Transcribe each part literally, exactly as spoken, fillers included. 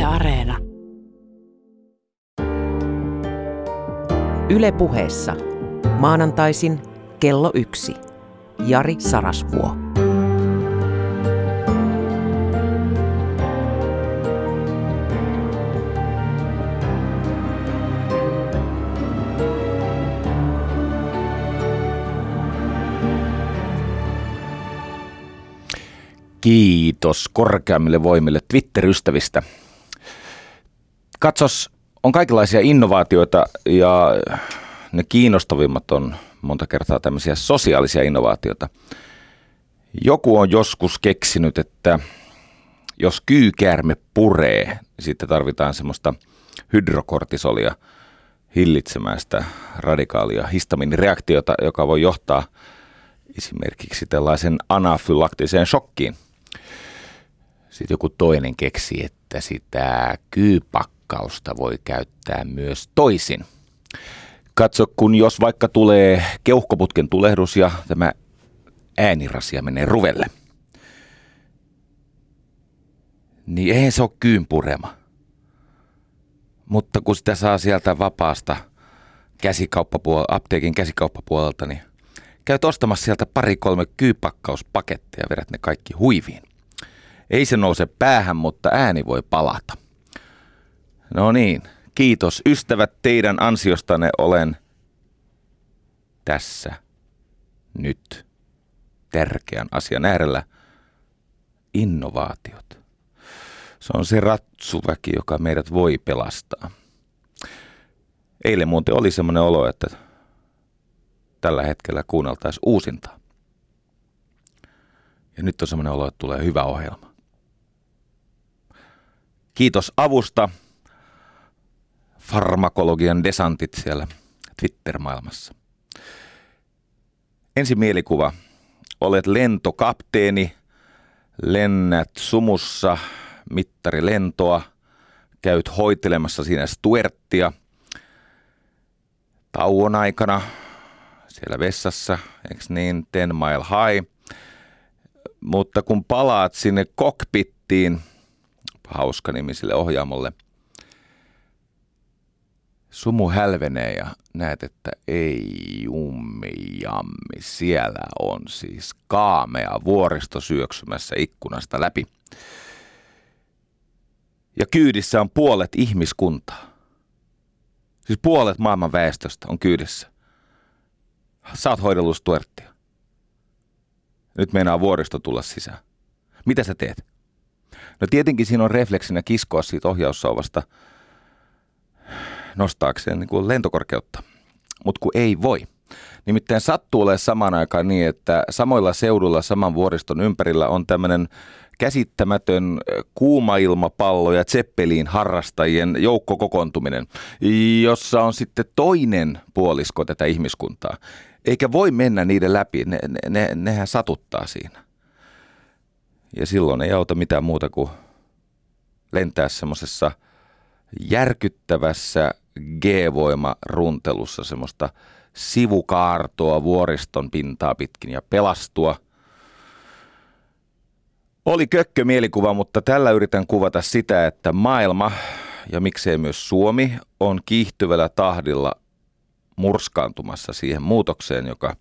Areena. Yle Puheessa. Maanantaisin kello yksi. Jari Sarasvuo. Kiitos korkeammille voimille Twitter-ystävistä. Katsos, on kaikenlaisia innovaatioita ja ne kiinnostavimmat on monta kertaa tämmöisiä sosiaalisia innovaatioita. Joku on joskus keksinyt, että jos kyykäärme puree, niin sitten tarvitaan semmoista hydrokortisolia hillitsemään sitä radikaalia histamiinireaktiota, joka voi johtaa esimerkiksi tällaisen anafylaktiseen shokkiin. Sitten joku toinen keksi, että sitä kyypakkausta voi käyttää myös toisin. Katso, kun jos vaikka tulee keuhkoputken tulehdus ja tämä äänirasia menee ruvelle, niin eihän se ole kyyn purema. Mutta kun sitä saa sieltä vapaasta käsikauppapuolelta, apteekin käsikauppapuolelta, niin käyt ostamassa sieltä pari-kolme kyypakkauspaketteja ja vedät ne kaikki huiviin. Ei se nouse päähän, mutta ääni voi palata. No niin, kiitos ystävät, teidän ansiostanne olen tässä nyt tärkeän asian äärellä. Innovaatiot. Se on se ratsuväki, joka meidät voi pelastaa. Eilen muuten oli semmoinen olo, että tällä hetkellä kuunneltaisiin uusintaa. Ja nyt on semmoinen olo, että tulee hyvä ohjelma. Kiitos avusta, farmakologian desantit siellä Twitter-maailmassa. Ensi mielikuva. Olet lentokapteeni, lennät sumussa mittarilentoa, käyt hoitelemassa siinä Stuartia tauon aikana siellä vessassa, eikö niin, ten mile high. Mutta kun palaat sinne cockpittiin, hauska nimi sille ohjaamolle, sumu hälvenee ja näet, että ei jummi jammi, siellä on siis kaamea vuoristo syöksymässä ikkunasta läpi. Ja kyydissä on puolet ihmiskuntaa. Siis puolet maailman väestöstä on kyydissä. Sä oot hoidellut Stuartia. Nyt meinaa vuoristo tulla sisään. Mitä sä teet? No tietenkin siinä on refleksinä kiskoa siitä ohjaussauvasta nostaakseen niin kuin lentokorkeutta. Mutta kun ei voi. Nimittäin sattuu olemaan samaan aikaan niin, että samoilla seuduilla saman vuoriston ympärillä on tämmöinen käsittämätön kuumailmapallo ja Zeppelin harrastajien joukkokokoontuminen, jossa on sitten toinen puolisko tätä ihmiskuntaa. Eikä voi mennä niiden läpi, ne, ne, nehän satuttaa siinä. Ja silloin ei auta mitään muuta kuin lentää semmoisessa järkyttävässä G-voimaruntelussa semmoista sivukaartoa vuoriston pintaa pitkin ja pelastua. Oli kökkö mielikuva, mutta tällä yritän kuvata sitä, että maailma ja miksei myös Suomi on kiihtyvällä tahdilla murskaantumassa siihen muutokseen, joka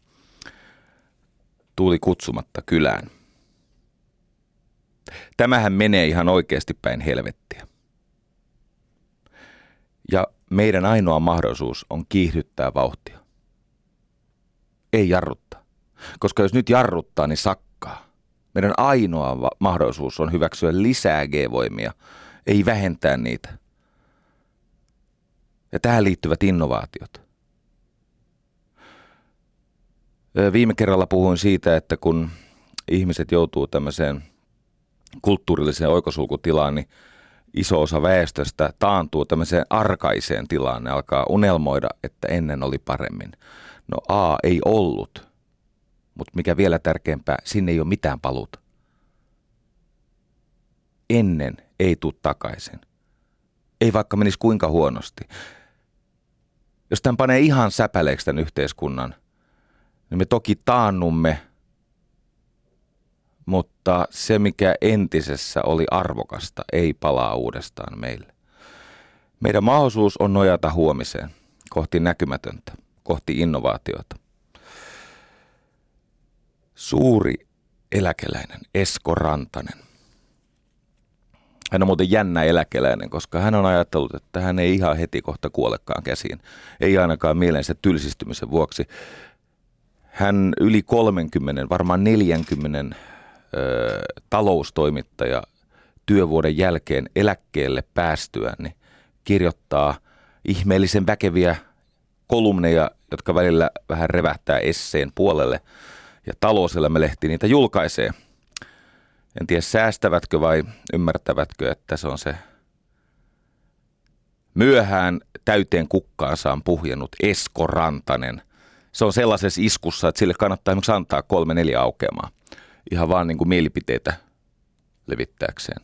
tuli kutsumatta kylään. Tämähän menee ihan oikeasti päin helvettiä. Ja meidän ainoa mahdollisuus on kiihdyttää vauhtia. Ei jarruttaa. Koska jos nyt jarruttaa, niin sakkaa. Meidän ainoa va- mahdollisuus on hyväksyä lisää G-voimia, ei vähentää niitä. Ja tähän liittyvät innovaatiot. Viime kerralla puhuin siitä, että kun ihmiset joutuu tämmöiseen kulttuurilliseen oikosulkutilaan, niin iso osa väestöstä taantuu tämmöiseen arkaiseen tilaan. Ne alkaa unelmoida, että ennen oli paremmin. No A, ei ollut. Mutta mikä vielä tärkeämpää, sinne ei ole mitään paluuta. Ennen ei tule takaisin. Ei vaikka menisi kuinka huonosti. Jos tämän panee ihan säpäleeksi tämän yhteiskunnan, niin me toki taannumme, mutta se mikä entisessä oli arvokasta ei palaa uudestaan meille. Meidän mahdollisuus on nojata huomiseen, kohti näkymätöntä, kohti innovaatiota. Suuri eläkeläinen Esko Rantanen. Hän on muuten jännä eläkeläinen, koska hän on ajatellut, että hän ei ihan heti kohta kuolekaan käsiin. Ei ainakaan mielensä tylsistymisen vuoksi. Hän yli kolmekymmentä, varmaan neljäkymmentä ö, taloustoimittaja työvuoden jälkeen eläkkeelle päästyään, niin kirjoittaa ihmeellisen väkeviä kolumneja, jotka välillä vähän revähtää esseen puolelle. Ja Talouselämä-lehti niitä julkaisee. En tiedä säästävätkö vai ymmärtävätkö, että se on se myöhään täyteen kukkaansa puhjennut Esko Rantanen. Se on sellaisessa iskussa, että sille kannattaa esimerkiksi antaa kolme neljä aukeamaa. Ihan vaan niin kuin mielipiteitä levittääkseen.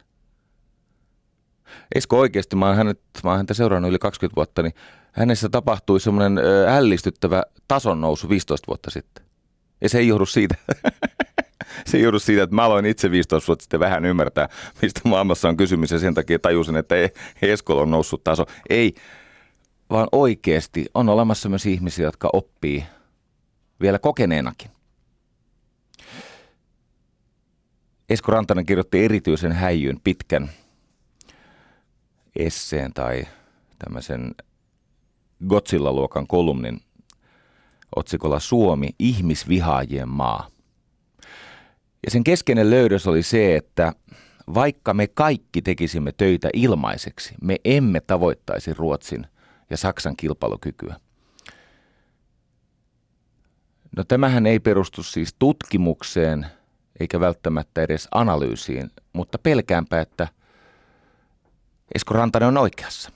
Esko oikeasti, mä oon, hänet, mä oon häntä seurannut yli kaksikymmentä vuotta, niin hänessä tapahtui semmoinen ällistyttävä tason nousu viisitoista vuotta sitten. Ja se ei johdu siitä. Se ei joudu siitä, että mä aloin itse viisitoista vuotta sitten vähän ymmärtää, mistä maailmassa on kysymys, ja sen takia tajusin, että ei Eskolla on noussut taso. Ei, vaan oikeasti on olemassa myös ihmisiä, jotka oppii vielä kokeneenakin. Esko Rantanen kirjoitti erityisen häijyn pitkän esseen tai tämmöisen Godzilla-luokan kolumnin otsikolla Suomi, ihmisvihaajien maa. Ja sen keskeinen löydös oli se, että vaikka me kaikki tekisimme töitä ilmaiseksi, me emme tavoittaisi Ruotsin ja Saksan kilpailukykyä. No tämähän ei perustu siis tutkimukseen eikä välttämättä edes analyysiin, mutta pelkäänpä, että Esko Rantanen on oikeassa.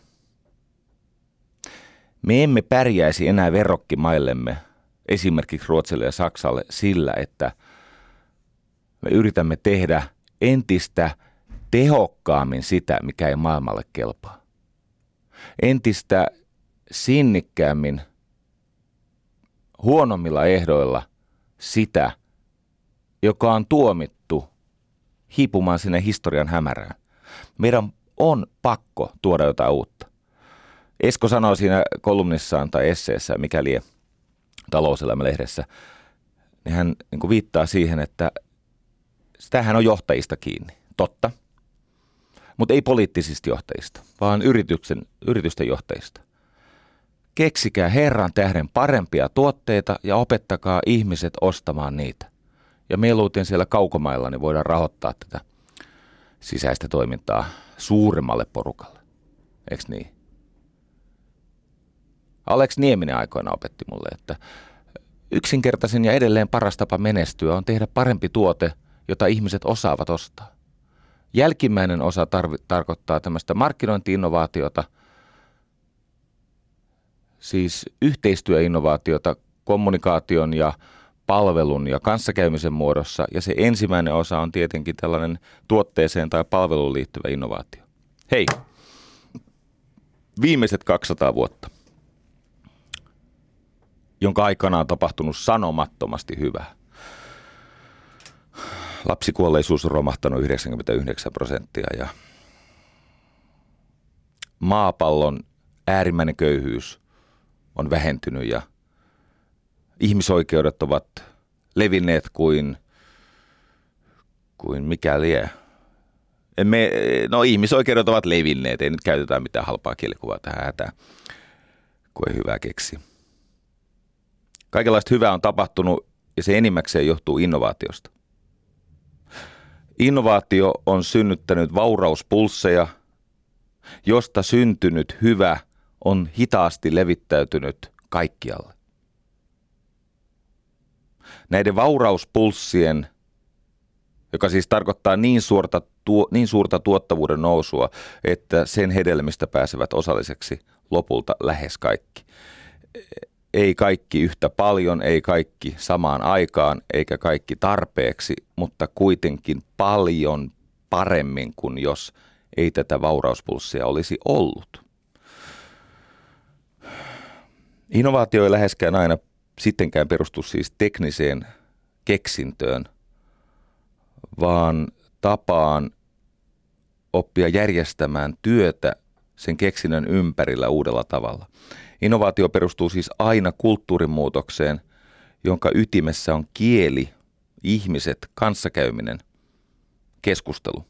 Me emme pärjäisi enää verrokkimaillemme, esimerkiksi Ruotsille ja Saksalle, sillä, että me yritämme tehdä entistä tehokkaammin sitä, mikä ei maailmalle kelpaa. Entistä sinnikkäämmin, huonommilla ehdoilla sitä, joka on tuomittu hiipumaan sinne historian hämärään. Meidän on pakko tuoda jotain uutta. Esko sanoi siinä kolumnissaan tai esseessä, mikäli Talouselämä-lehdessä, niin hän niin kuin viittaa siihen, että sitähän on johtajista kiinni, totta, mutta ei poliittisista johtajista, vaan yrityksen, yritysten johtajista. Keksikää Herran tähden parempia tuotteita ja opettakaa ihmiset ostamaan niitä. Ja mieluiten siellä kaukomailla niin voidaan rahoittaa tätä sisäistä toimintaa suuremmalle porukalle. Eikö niin? Alex Nieminen aikoina opetti mulle, että yksinkertaisin ja edelleen paras tapa menestyä on tehdä parempi tuote, jota ihmiset osaavat ostaa. Jälkimmäinen osa tarvi- tarkoittaa tämmöistä markkinointi-innovaatiota, siis yhteistyöinnovaatiota kommunikaation ja palvelun ja kanssakäymisen muodossa, ja se ensimmäinen osa on tietenkin tällainen tuotteeseen tai palveluun liittyvä innovaatio. Hei, viimeiset kaksisataa vuotta, jonka aikana on tapahtunut sanomattomasti hyvää. Lapsikuolleisuus on romahtanut yhdeksänkymmentäyhdeksän prosenttia ja maapallon äärimmäinen köyhyys on vähentynyt ja ihmisoikeudet ovat levinneet kuin, kuin mikä lie. Me, no ihmisoikeudet ovat levinneet, ei nyt käytetä mitään halpaa kielikuvaa tähän hätään, kun ei hyvää keksi. Kaikenlaista hyvää on tapahtunut ja se enimmäkseen johtuu innovaatiosta. Innovaatio on synnyttänyt vaurauspulsseja, josta syntynyt hyvä on hitaasti levittäytynyt kaikkialle. Näiden vaurauspulssien, joka siis tarkoittaa niin suurta, tuo, niin suurta tuottavuuden nousua, että sen hedelmistä pääsevät osalliseksi lopulta lähes kaikki. Ei kaikki yhtä paljon, ei kaikki samaan aikaan, eikä kaikki tarpeeksi, mutta kuitenkin paljon paremmin kuin jos ei tätä vaurauspulssia olisi ollut. Innovaatio ei läheskään aina sittenkään perustu siis tekniseen keksintöön, vaan tapaan oppia järjestämään työtä sen keksinnön ympärillä uudella tavalla. Innovaatio perustuu siis aina kulttuurimuutokseen, jonka ytimessä on kieli, ihmiset, kanssakäyminen, keskustelu.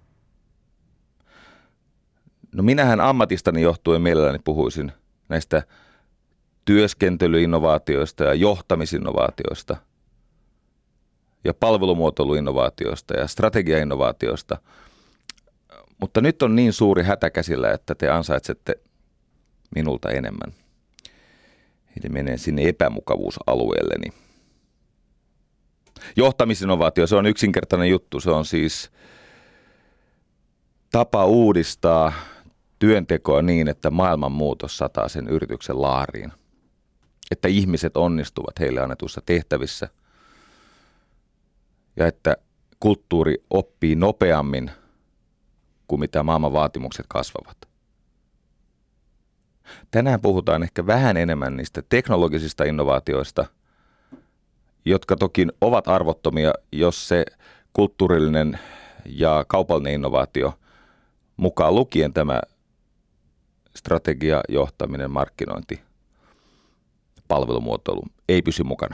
No minähän ammatistani johtuen mielelläni puhuisin näistä työskentelyinnovaatioista ja johtamisinnovaatioista ja palvelumuotoiluinnovaatioista ja strategiainnovaatioista. Mutta nyt on niin suuri hätä käsillä, että te ansaitsette minulta enemmän. Eli menee sinne epämukavuusalueelleni. Johtamisinnovaatio, se on yksinkertainen juttu. Se on siis tapa uudistaa työntekoa niin, että maailmanmuutos sataa sen yrityksen laariin. Että ihmiset onnistuvat heille annetuissa tehtävissä. Ja että kulttuuri oppii nopeammin kuin mitä maailman vaatimukset kasvavat. Tänään puhutaan ehkä vähän enemmän niistä teknologisista innovaatioista, jotka toki ovat arvottomia, jos se kulttuurillinen ja kaupallinen innovaatio, mukaan lukien tämä strategia, johtaminen, markkinointi, palvelumuotoilu, ei pysy mukana.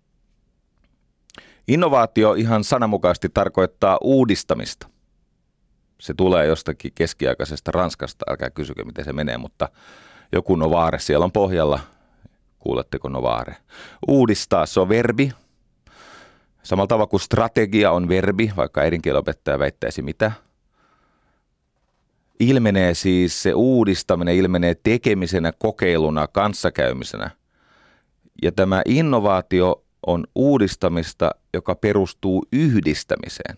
Innovaatio ihan sananmukaisesti tarkoittaa uudistamista. Se tulee jostakin keskiaikaisesta Ranskasta, älkää kysykö miten se menee, mutta joku novare siellä on pohjalla. Kuuletteko novare? Uudistaa, se on verbi. Samalla tavalla kuin strategia on verbi, vaikka äidinkielenopettaja väittäisi mitä. Ilmenee siis se uudistaminen, ilmenee tekemisenä, kokeiluna, kanssakäymisenä. Ja tämä innovaatio on uudistamista, joka perustuu yhdistämiseen.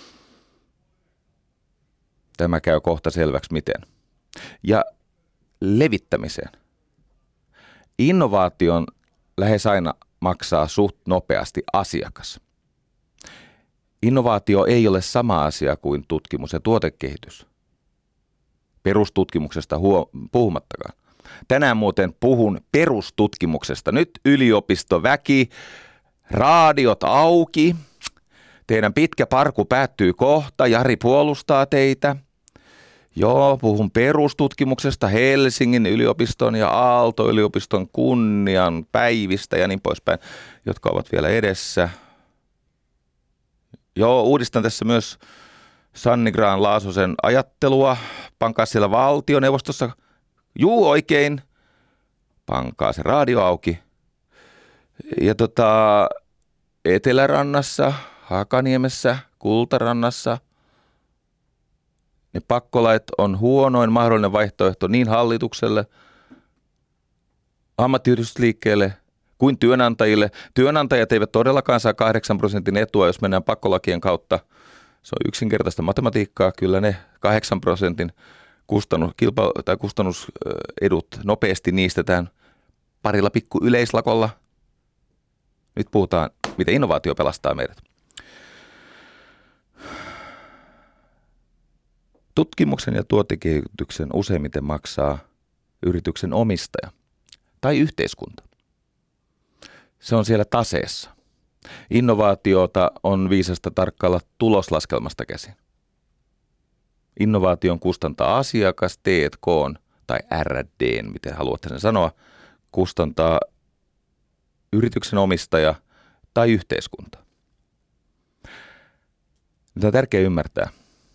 Tämä käy kohta selväksi miten. Ja levittämiseen. Innovaation lähes aina maksaa suht nopeasti asiakas. Innovaatio ei ole sama asia kuin tutkimus ja tuotekehitys. Perustutkimuksesta huo- puhumattakaan. Tänään muuten puhun perustutkimuksesta. Nyt yliopistoväki, raadiot auki. Teidän pitkä parku päättyy kohta. Jari puolustaa teitä. Joo, puhun perustutkimuksesta, Helsingin yliopiston ja Aalto-yliopiston kunnian päivistä ja niin poispäin, jotka ovat vielä edessä. Joo, uudistan tässä myös Sanni Grahn-Laasosen ajattelua. Pankaa siellä valtioneuvostossa. Juu, oikein. Pankaa se radio auki. Ja tota, Etelärannassa, Hakaniemessä, Kultarannassa. Ne pakkolait on huonoin mahdollinen vaihtoehto niin hallitukselle, ammattiyhdistysliikkeelle kuin työnantajille. Työnantajat eivät todellakaan saa kahdeksan prosentin etua, jos mennään pakkolakien kautta. Se on yksinkertaista matematiikkaa. Kyllä ne kahdeksan prosentin kustannus, kilpa- tai kustannusedut nopeasti niistetään parilla pikku yleislakolla. Nyt puhutaan, miten innovaatio pelastaa meidät. Tutkimuksen ja tuotekehityksen useimmiten maksaa yrityksen omistaja tai yhteiskunta. Se on siellä taseessa. Innovaatiota on viisasta tarkkailla tuloslaskelmasta käsin. Innovaation kustantaa asiakas, T and K tai R and D, miten haluatte sen sanoa, kustantaa yrityksen omistaja tai yhteiskunta. Nyt on tärkeää ymmärtää.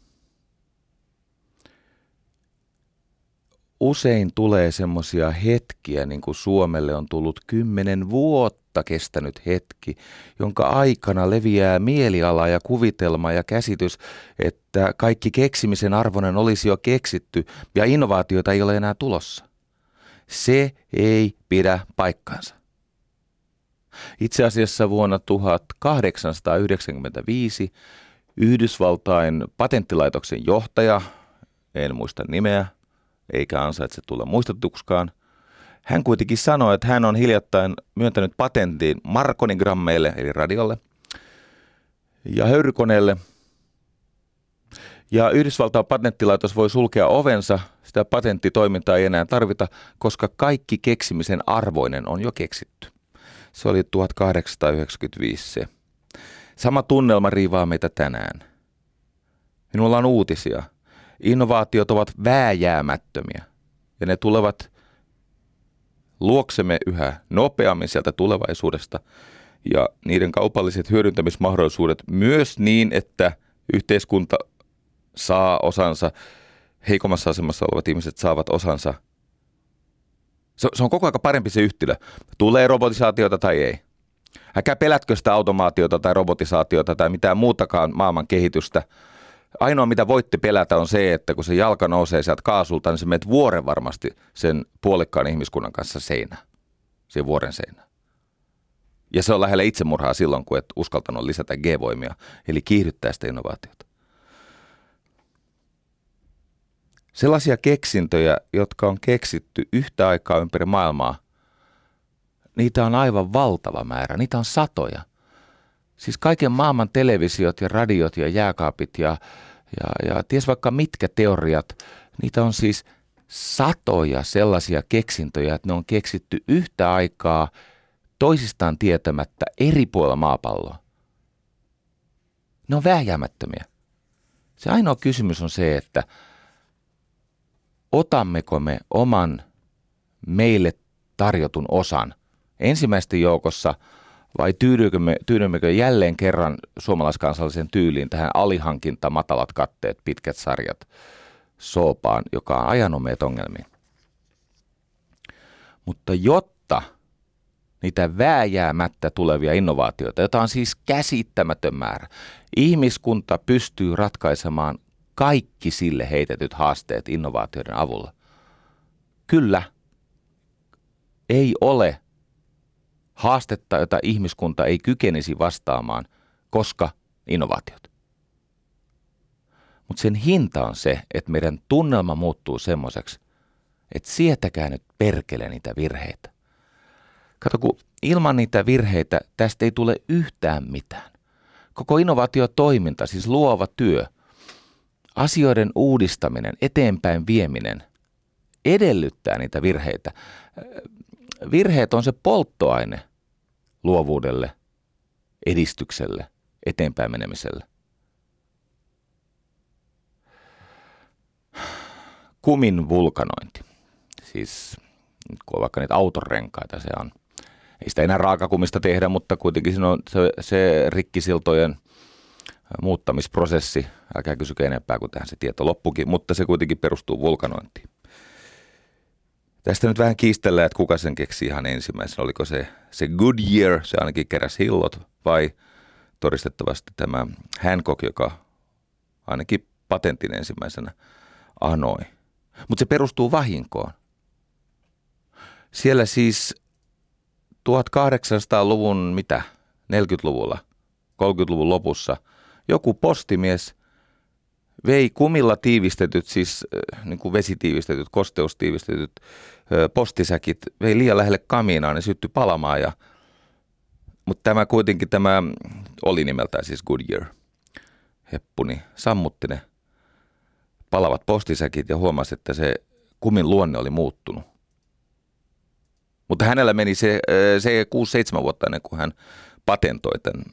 Usein tulee semmoisia hetkiä, niin kuin Suomelle on tullut kymmenen vuotta kestänyt hetki, jonka aikana leviää mieliala ja kuvitelma ja käsitys, että kaikki keksimisen arvoinen olisi jo keksitty ja innovaatioita ei ole enää tulossa. Se ei pidä paikkaansa. Itse asiassa vuonna tuhatkahdeksansataayhdeksänkymmentäviisi Yhdysvaltain patenttilaitoksen johtaja, en muista nimeä, eikä ansaitse tulla muistetuksikaan. Hän kuitenkin sanoi, että hän on hiljattain myöntänyt patentin Marconi-grammeille, eli radiolle, ja höyrykoneelle. Ja Yhdysvaltain patenttilaitos voi sulkea ovensa, sitä patenttitoimintaa ei enää tarvita, koska kaikki keksimisen arvoinen on jo keksitty. Se oli tuhatkahdeksansataayhdeksänkymmentäviisi se. Sama tunnelma riivaa meitä tänään. Minulla on uutisia. Innovaatiot ovat vääjäämättömiä ja ne tulevat luoksemme yhä nopeammin sieltä tulevaisuudesta ja niiden kaupalliset hyödyntämismahdollisuudet myös niin, että yhteiskunta saa osansa, heikommassa asemassa olevat ihmiset saavat osansa. Se, se on koko ajan parempi se yhtälö. Tulee robotisaatiota tai ei. Älkää pelätkö sitä automaatiota tai robotisaatiota tai mitään muutakaan maailman kehitystä. Ainoa mitä voitte pelätä on se, että kun se jalka nousee sieltä kaasulta, niin se menet vuoren varmasti sen puolikkaan ihmiskunnan kanssa seinään. Siihen vuoren seinään. Ja se on lähellä itsemurhaa silloin, kun et uskaltanut lisätä G-voimia, eli kiihdyttää sitä innovaatiota. Sellaisia keksintöjä, jotka on keksitty yhtä aikaa ympäri maailmaa, niitä on aivan valtava määrä, niitä on satoja. Siis kaiken maailman televisiot ja radiot ja jääkaapit ja, ja, ja ties vaikka mitkä teoriat, niitä on siis satoja sellaisia keksintöjä, että ne on keksitty yhtä aikaa toisistaan tietämättä eri puolilla maapalloa. Ne on vääjäämättömiä. Se ainoa kysymys on se, että otammeko me oman meille tarjotun osan ensimmäisten joukossa vai tyydymmekö, tyydymmekö jälleen kerran suomalaiskansallisen tyyliin tähän alihankinta, matalat katteet, pitkät sarjat soopaan, joka on ajanut meitä ongelmiin. Mutta jotta niitä vääjäämättä tulevia innovaatioita, joita on siis käsittämätön määrä, ihmiskunta pystyy ratkaisemaan kaikki sille heitetyt haasteet innovaatioiden avulla. Kyllä, ei ole haastetta, jota ihmiskunta ei kykenisi vastaamaan, koska innovaatiot. Mutta sen hinta on se, että meidän tunnelma muuttuu semmoiseksi, että sietäkää nyt perkele niitä virheitä. Kato, kun ilman niitä virheitä tästä ei tule yhtään mitään. Koko innovaatiotoiminta, siis luova työ, asioiden uudistaminen, eteenpäin vieminen, edellyttää niitä virheitä. Virheet on se polttoaine luovuudelle, edistykselle, eteenpäin menemiselle. Kumin vulkanointi. Siis kun on vaikka niitä autonrenkaita, se on, ei sitä enää raakakumista tehdä, mutta kuitenkin siinä on se, se rikkisiltojen muuttamisprosessi. Älkää kysykö enempää, kun tähän se tieto loppukin, mutta se kuitenkin perustuu vulkanointiin. Tästä nyt vähän kiistellään, että kuka sen keksi ihan ensimmäisenä. Oliko se, se Goodyear, se ainakin keräsi hillot, vai todistettavasti tämä Hancock, joka ainakin patentin ensimmäisenä anoi. Mutta se perustuu vahinkoon. Siellä siis tuhatkahdeksansataaluvun, mitä, neljäkymmentäluvulla, kolmekymmentäluvun lopussa joku postimies vei kumilla tiivistetyt, siis niin kuin vesitiivistetyt, kosteustiivistetyt postisäkit, vei liian lähelle kamiinaan, ne syttyi palamaan. Ja, mutta tämä kuitenkin, tämä oli nimeltään siis Goodyear, heppuni, sammutti ne palavat postisäkit ja huomasi, että se kumin luonne oli muuttunut. Mutta hänellä meni se, se kuusi seitsemän vuotta ennen kuin hän patentoi tämän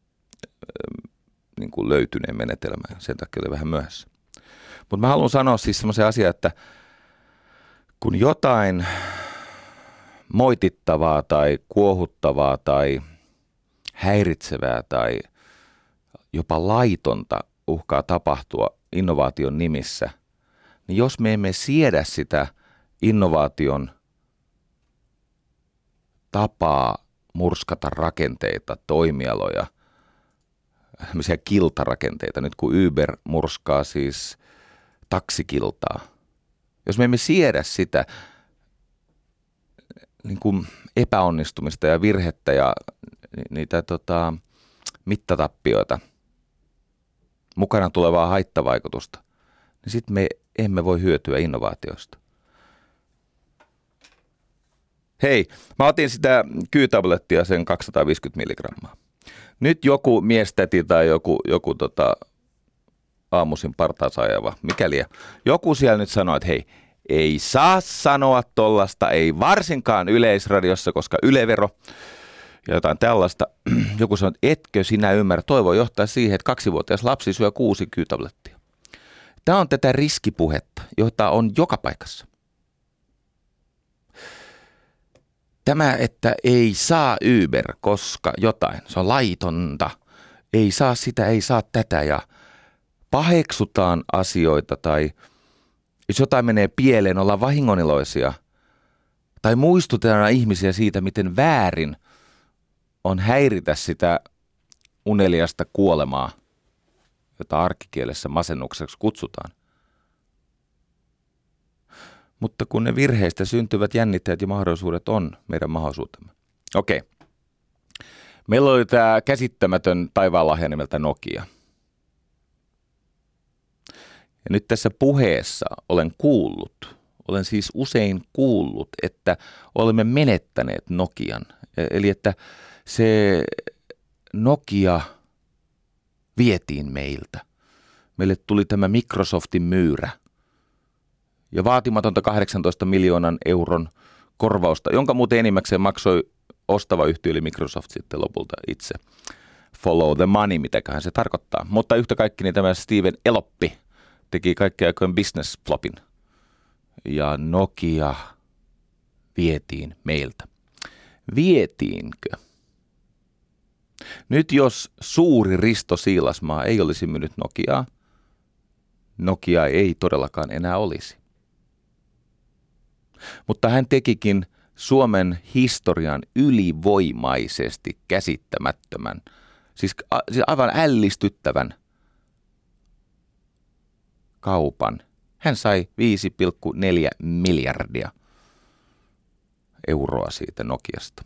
niin kuin löytyneen menetelmän. Sen takia oli vähän myöhässä. Mutta mä haluan sanoa siis semmoisen asian, että kun jotain moitittavaa tai kuohuttavaa tai häiritsevää tai jopa laitonta uhkaa tapahtua innovaation nimissä, niin jos me emme siedä sitä innovaation tapaa murskata rakenteita, toimialoja, tämmöisiä kiltarakenteita, nyt kun Uber murskaa siis taksikiltaa. Jos me emme siedä sitä niin kuin epäonnistumista ja virhettä ja niitä tota, mittatappioita, mukana tulevaa haittavaikutusta, niin sitten me emme voi hyötyä innovaatioista. Hei, mä otin sitä kyytablettia, sen kaksisataaviisikymmentä milligrammaa. Nyt joku miestäti tai joku, joku tota, aamuisin partaansa ajava, mikäli joku siellä nyt sanoo, että hei, ei saa sanoa tollasta, ei varsinkaan Yleisradiossa, koska Yle-vero ja jotain tällaista. Joku sanoo, että etkö sinä ymmärrä, toi voi johtaa siihen, että kaksivuotias lapsi syö kuusi kyytablettia. Tämä on tätä riskipuhetta, jota on joka paikassa. Tämä, että ei saa Uber, koska jotain, se on laitonta. Ei saa sitä, ei saa tätä ja paheksutaan asioita tai jos jotain menee pieleen, ollaan vahingoniloisia. Tai muistutetaan ihmisiä siitä, miten väärin on häiritä sitä uneliasta kuolemaa, jota arkikielessä masennukseksi kutsutaan. Mutta kun ne virheistä syntyvät jännitteet ja mahdollisuudet on meidän mahdollisuutemme. Okei. Meillä oli tämä käsittämätön taivaanlahja nimeltä Nokia. Ja nyt tässä puheessa olen kuullut, olen siis usein kuullut, että olemme menettäneet Nokian. Eli että se Nokia vietiin meiltä. Meille tuli tämä Microsoftin myyrä ja vaatimatonta kahdeksantoista miljoonan euron korvausta, jonka muuten enimmäkseen maksoi ostava yhtiö eli Microsoft sitten lopulta itse. Follow the money, mitäköhän se tarkoittaa. Mutta yhtä kaikki niin tämä Steven Eloppi teki kaikkea aikojen business flopin. Ja Nokia vietiin meiltä. Vietiinkö? Nyt jos suuri Risto Siilasmaa ei olisi myynyt Nokiaa, Nokia ei todellakaan enää olisi. Mutta hän tekikin Suomen historian ylivoimaisesti käsittämättömän, siis aivan ällistyttävän kaupan. Hän sai viisi pilkku neljä miljardia euroa siitä Nokiasta.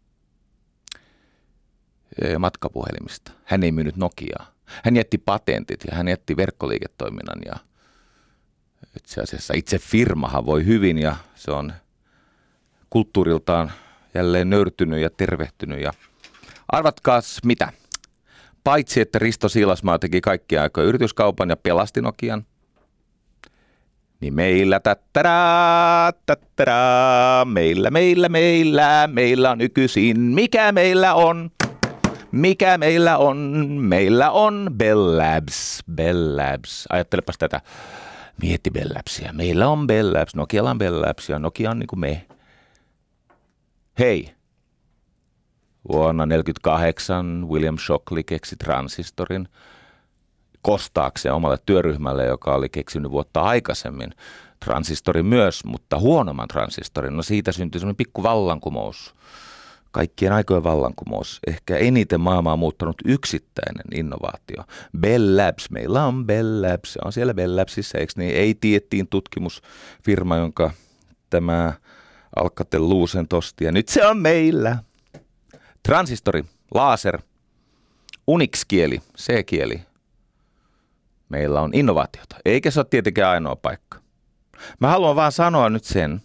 Matkapuhelimista. Hän ei myynyt Nokiaa. Hän jätti patentit ja hän jätti verkkoliiketoiminnan ja itse asiassa itse firmahan voi hyvin ja se on kulttuuriltaan jälleen nöyrtynyt ja tervehtynyt ja arvatkaas mitä? Paitsi että Risto Siilasmaa teki kaikkia aikoja yrityskaupan ja pelasti Nokian, niin meillä tattaraa, tattaraa, meillä, meillä, meillä, meillä on nykyisin, mikä meillä on? Mikä meillä on? Meillä on Bell Labs. Bell Labs. Ajattelepas tätä. Mietti Bell Labsia. Meillä on Bell Labs. Nokialla on Bell Labs ja Nokia on niin kuin me. Hei. Vuonna tuhatyhdeksänsataaneljäkymmentäkahdeksan William Shockley keksi transistorin kostaakseen omalle työryhmälle, joka oli keksinyt vuotta aikaisemmin transistorin myös, mutta huonomman transistorin. No siitä syntyi semmoinen pikku vallankumous. Kaikkien aikojen vallankumous, ehkä eniten maailmaa muuttanut yksittäinen innovaatio. Bell Labs, meillä on Bell Labs, se on siellä Bell Labsissa, eikö niin? A T and T tutkimusfirma, jonka tämä Alcatel-Lucent osti, ja nyt se on meillä. Transistori, laser, Unix-kieli, C-kieli. Meillä on innovaatiota, eikä se ole tietenkään ainoa paikka. Mä haluan vaan sanoa nyt sen,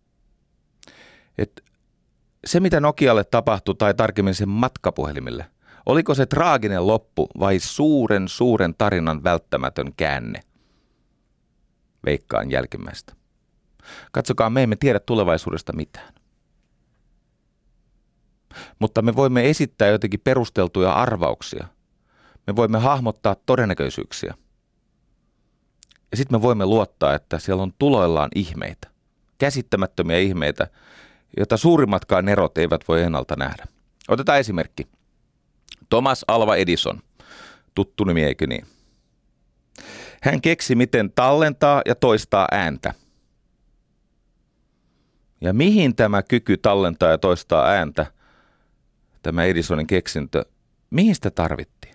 että se, mitä Nokialle tapahtui, tai tarkemmin sen matkapuhelimille, oliko se traaginen loppu vai suuren, suuren tarinan välttämätön käänne? Veikkaan jälkimmäistä. Katsokaa, me emme tiedä tulevaisuudesta mitään. Mutta me voimme esittää jotenkin perusteltuja arvauksia. Me voimme hahmottaa todennäköisyyksiä. Ja sitten me voimme luottaa, että siellä on tuloillaan ihmeitä, käsittämättömiä ihmeitä, jota suurimmatkaan erot eivät voi ennalta nähdä. Otetaan esimerkki. Thomas Alva Edison, tuttu nimi eikö niin? Hän keksi, miten tallentaa ja toistaa ääntä. Ja mihin tämä kyky tallentaa ja toistaa ääntä, tämä Edisonin keksintö, mihin sitä tarvittiin?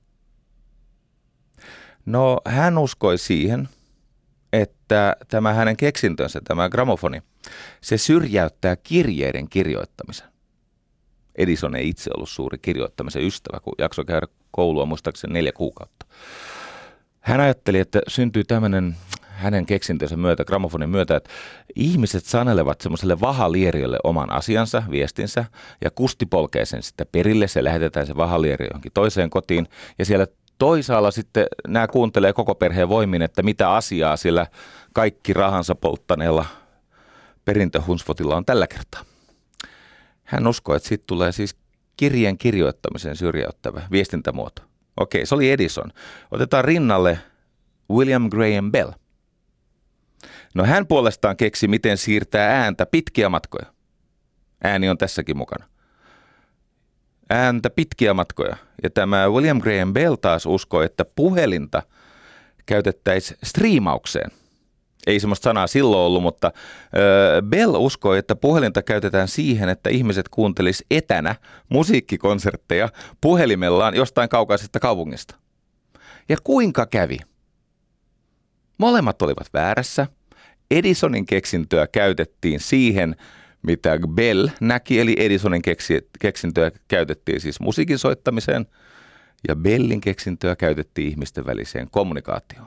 No, hän uskoi siihen, että tämä hänen keksintönsä, tämä gramofoni, se syrjäyttää kirjeiden kirjoittamisen. Edison ei itse ollut suuri kirjoittamisen ystävä, kun jaksoi käydä koulua muistaakseni neljä kuukautta. Hän ajatteli, että syntyy tämmöinen hänen keksintönsä myötä, gramofonin myötä, että ihmiset sanelevat semmoiselle vahalieriölle oman asiansa, viestinsä, ja kusti polkee sen sitten perille, se lähetetään se vahalieri johonkin toiseen kotiin, ja siellä toisaalla sitten nämä kuuntelee koko perheen voimin, että mitä asiaa sillä kaikki rahansa polttaneella perintöhunsvotilla on tällä kertaa. Hän uskoi, että siitä tulee siis kirjeen kirjoittamisen syrjäyttävä viestintämuoto. Okei, se oli Edison. Otetaan rinnalle William Graham Bell. No hän puolestaan keksi, miten siirtää ääntä pitkiä matkoja. Ääni on tässäkin mukana. Ääntä pitkiä matkoja. Ja tämä William Graham Bell taas uskoi, että puhelinta käytettäisiin striimaukseen. Ei semmoista sanaa silloin ollut, mutta ö, Bell uskoi, että puhelinta käytetään siihen, että ihmiset kuuntelis etänä musiikkikonsertteja puhelimellaan jostain kaukaisesta kaupungista. Ja kuinka kävi? Molemmat olivat väärässä. Edisonin keksintöä käytettiin siihen, mitä Bell näki, eli Edisonin keksi, keksintöä käytettiin siis musiikin soittamiseen, ja Bellin keksintöä käytettiin ihmisten väliseen kommunikaatioon.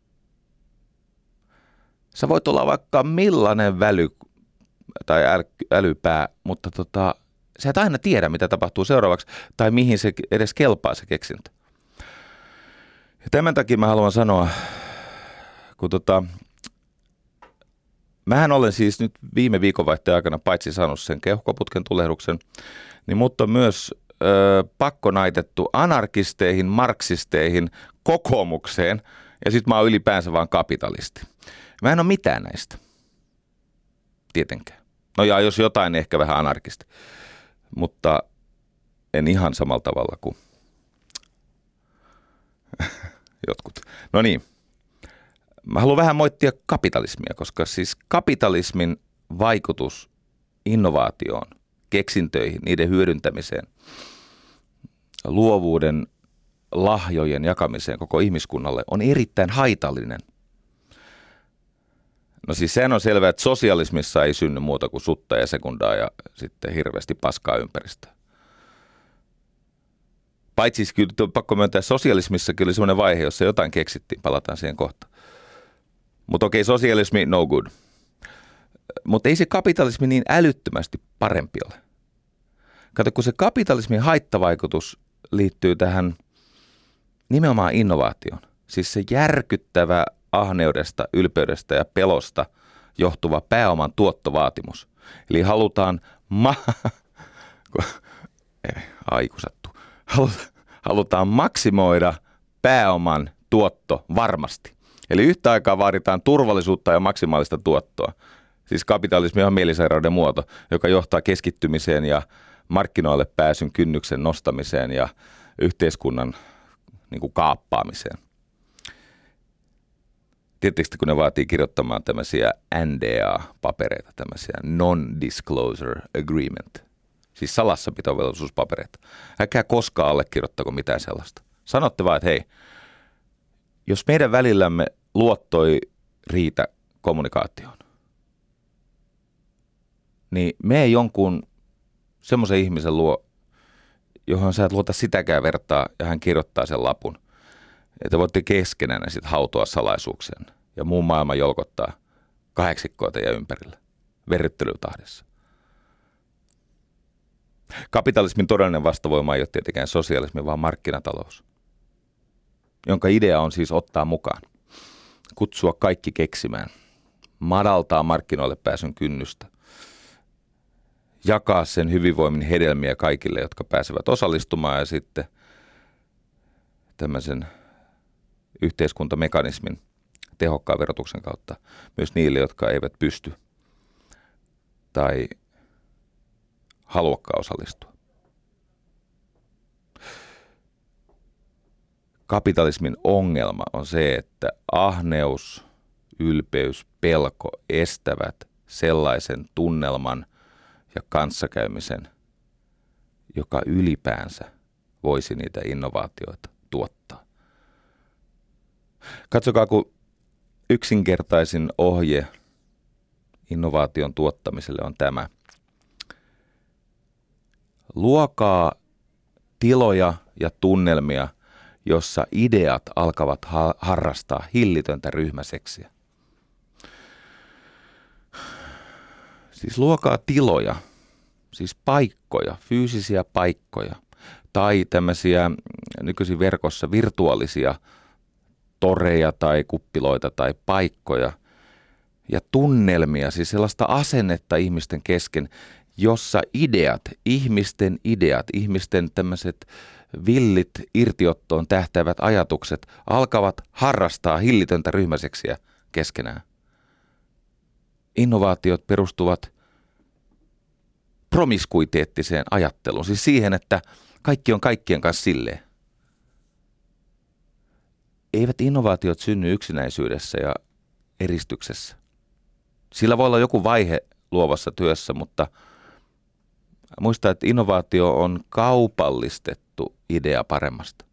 Sä voit olla vaikka millainen väly tai äly, älypää, mutta tota, sä et aina tiedä, mitä tapahtuu seuraavaksi, tai mihin se edes kelpaa se keksintö. Ja tämän takia mä haluan sanoa, kun tota, mähän olen siis nyt viime viikonvaihteen aikana paitsi saanut sen keuhkoputken tulehduksen, niin mutta myös ö, pakkonaitettu anarkisteihin, marksisteihin, kokoomukseen, ja sitten mä oon ylipäänsä vaan kapitalisti. Mä en ole mitään näistä. Tietenkään. No ja jos jotain, niin ehkä vähän anarkisti. Mutta en ihan samalla tavalla kuin jotkut. No niin. Mä haluan vähän moittia kapitalismia, koska siis kapitalismin vaikutus innovaatioon, keksintöihin, niiden hyödyntämiseen, luovuuden, lahjojen jakamiseen koko ihmiskunnalle on erittäin haitallinen. No siis sehän on selvää, että sosialismissa ei synny muuta kuin sutta ja sekundaa ja sitten hirveästi paskaa ympäristöä. Paitsi siis kyllä pakko myöntää, että sosialismissakin oli semmoinen vaihe, jossa jotain keksittiin, palataan siihen kohtaan. Mutta okei, sosialismi, no good. Mutta ei se kapitalismi niin älyttömästi parempi ole. Kato, kun se kapitalismin haittavaikutus liittyy tähän nimenomaan innovaatioon. Siis se järkyttävä ahneudesta, ylpeydestä ja pelosta johtuva pääoman tuottovaatimus. Eli halutaan, ma- Aiku sattuu. halutaan maksimoida pääoman tuotto varmasti. Eli yhtä aikaa vaaditaan turvallisuutta ja maksimaalista tuottoa. Siis kapitalismi on mielisairauden muoto, joka johtaa keskittymiseen ja markkinoille pääsyn kynnyksen nostamiseen ja yhteiskunnan niin kuin kaappaamiseen. Tietysti kun ne vaatii kirjoittamaan tämmöisiä N D A-papereita, tämmöisiä non-disclosure agreement, siis salassapitovelvollisuuspapereita. Älkää koskaan allekirjoittako mitään sellaista. Sanotte vaan, että hei, jos meidän välillämme luotto ei riitä kommunikaatioon, niin me ei jonkun semmoisen ihmisen luo, johon sä et luota sitäkään vertaa, ja hän kirjoittaa sen lapun, että voitte keskenään sitten hautoa salaisuuksien ja muun maailman jolkottaa kahdeksikkoa teidän ympärillä verryttelytahdissa. Kapitalismin todellinen vastavoima ei ole tietenkään sosialismi, vaan markkinatalous, jonka idea on siis ottaa mukaan, kutsua kaikki keksimään, madaltaa markkinoille pääsyn kynnystä, jakaa sen hyvinvoinnin hedelmiä kaikille, jotka pääsevät osallistumaan, ja sitten tämmöisen yhteiskuntamekanismin tehokkaan verotuksen kautta myös niille, jotka eivät pysty tai haluakaan osallistua. Kapitalismin ongelma on se, että ahneus, ylpeys, pelko estävät sellaisen tunnelman ja kanssakäymisen, joka ylipäänsä voisi niitä innovaatioita tuottaa. Katsokaa, kun yksinkertaisin ohje innovaation tuottamiselle on tämä. Luokaa tiloja ja tunnelmia, jossa ideat alkavat ha- harrastaa hillitöntä ryhmäseksiä. Siis luokaa tiloja, siis paikkoja, fyysisiä paikkoja tai tämmöisiä nykyisin verkossa virtuaalisia toreja tai kuppiloita tai paikkoja ja tunnelmia, siis sellaista asennetta ihmisten kesken, jossa ideat, ihmisten ideat, ihmisten tämmöiset villit irtiottoon tähtäävät ajatukset alkavat harrastaa hillitöntä ryhmäseksiä keskenään. Innovaatiot perustuvat promiskuiteettiseen ajatteluun, siis siihen, että kaikki on kaikkien kanssa silleen. Eivät innovaatiot synny yksinäisyydessä ja eristyksessä. Sillä voi olla joku vaihe luovassa työssä, mutta muista, että innovaatio on kaupallistettu idea paremmasta.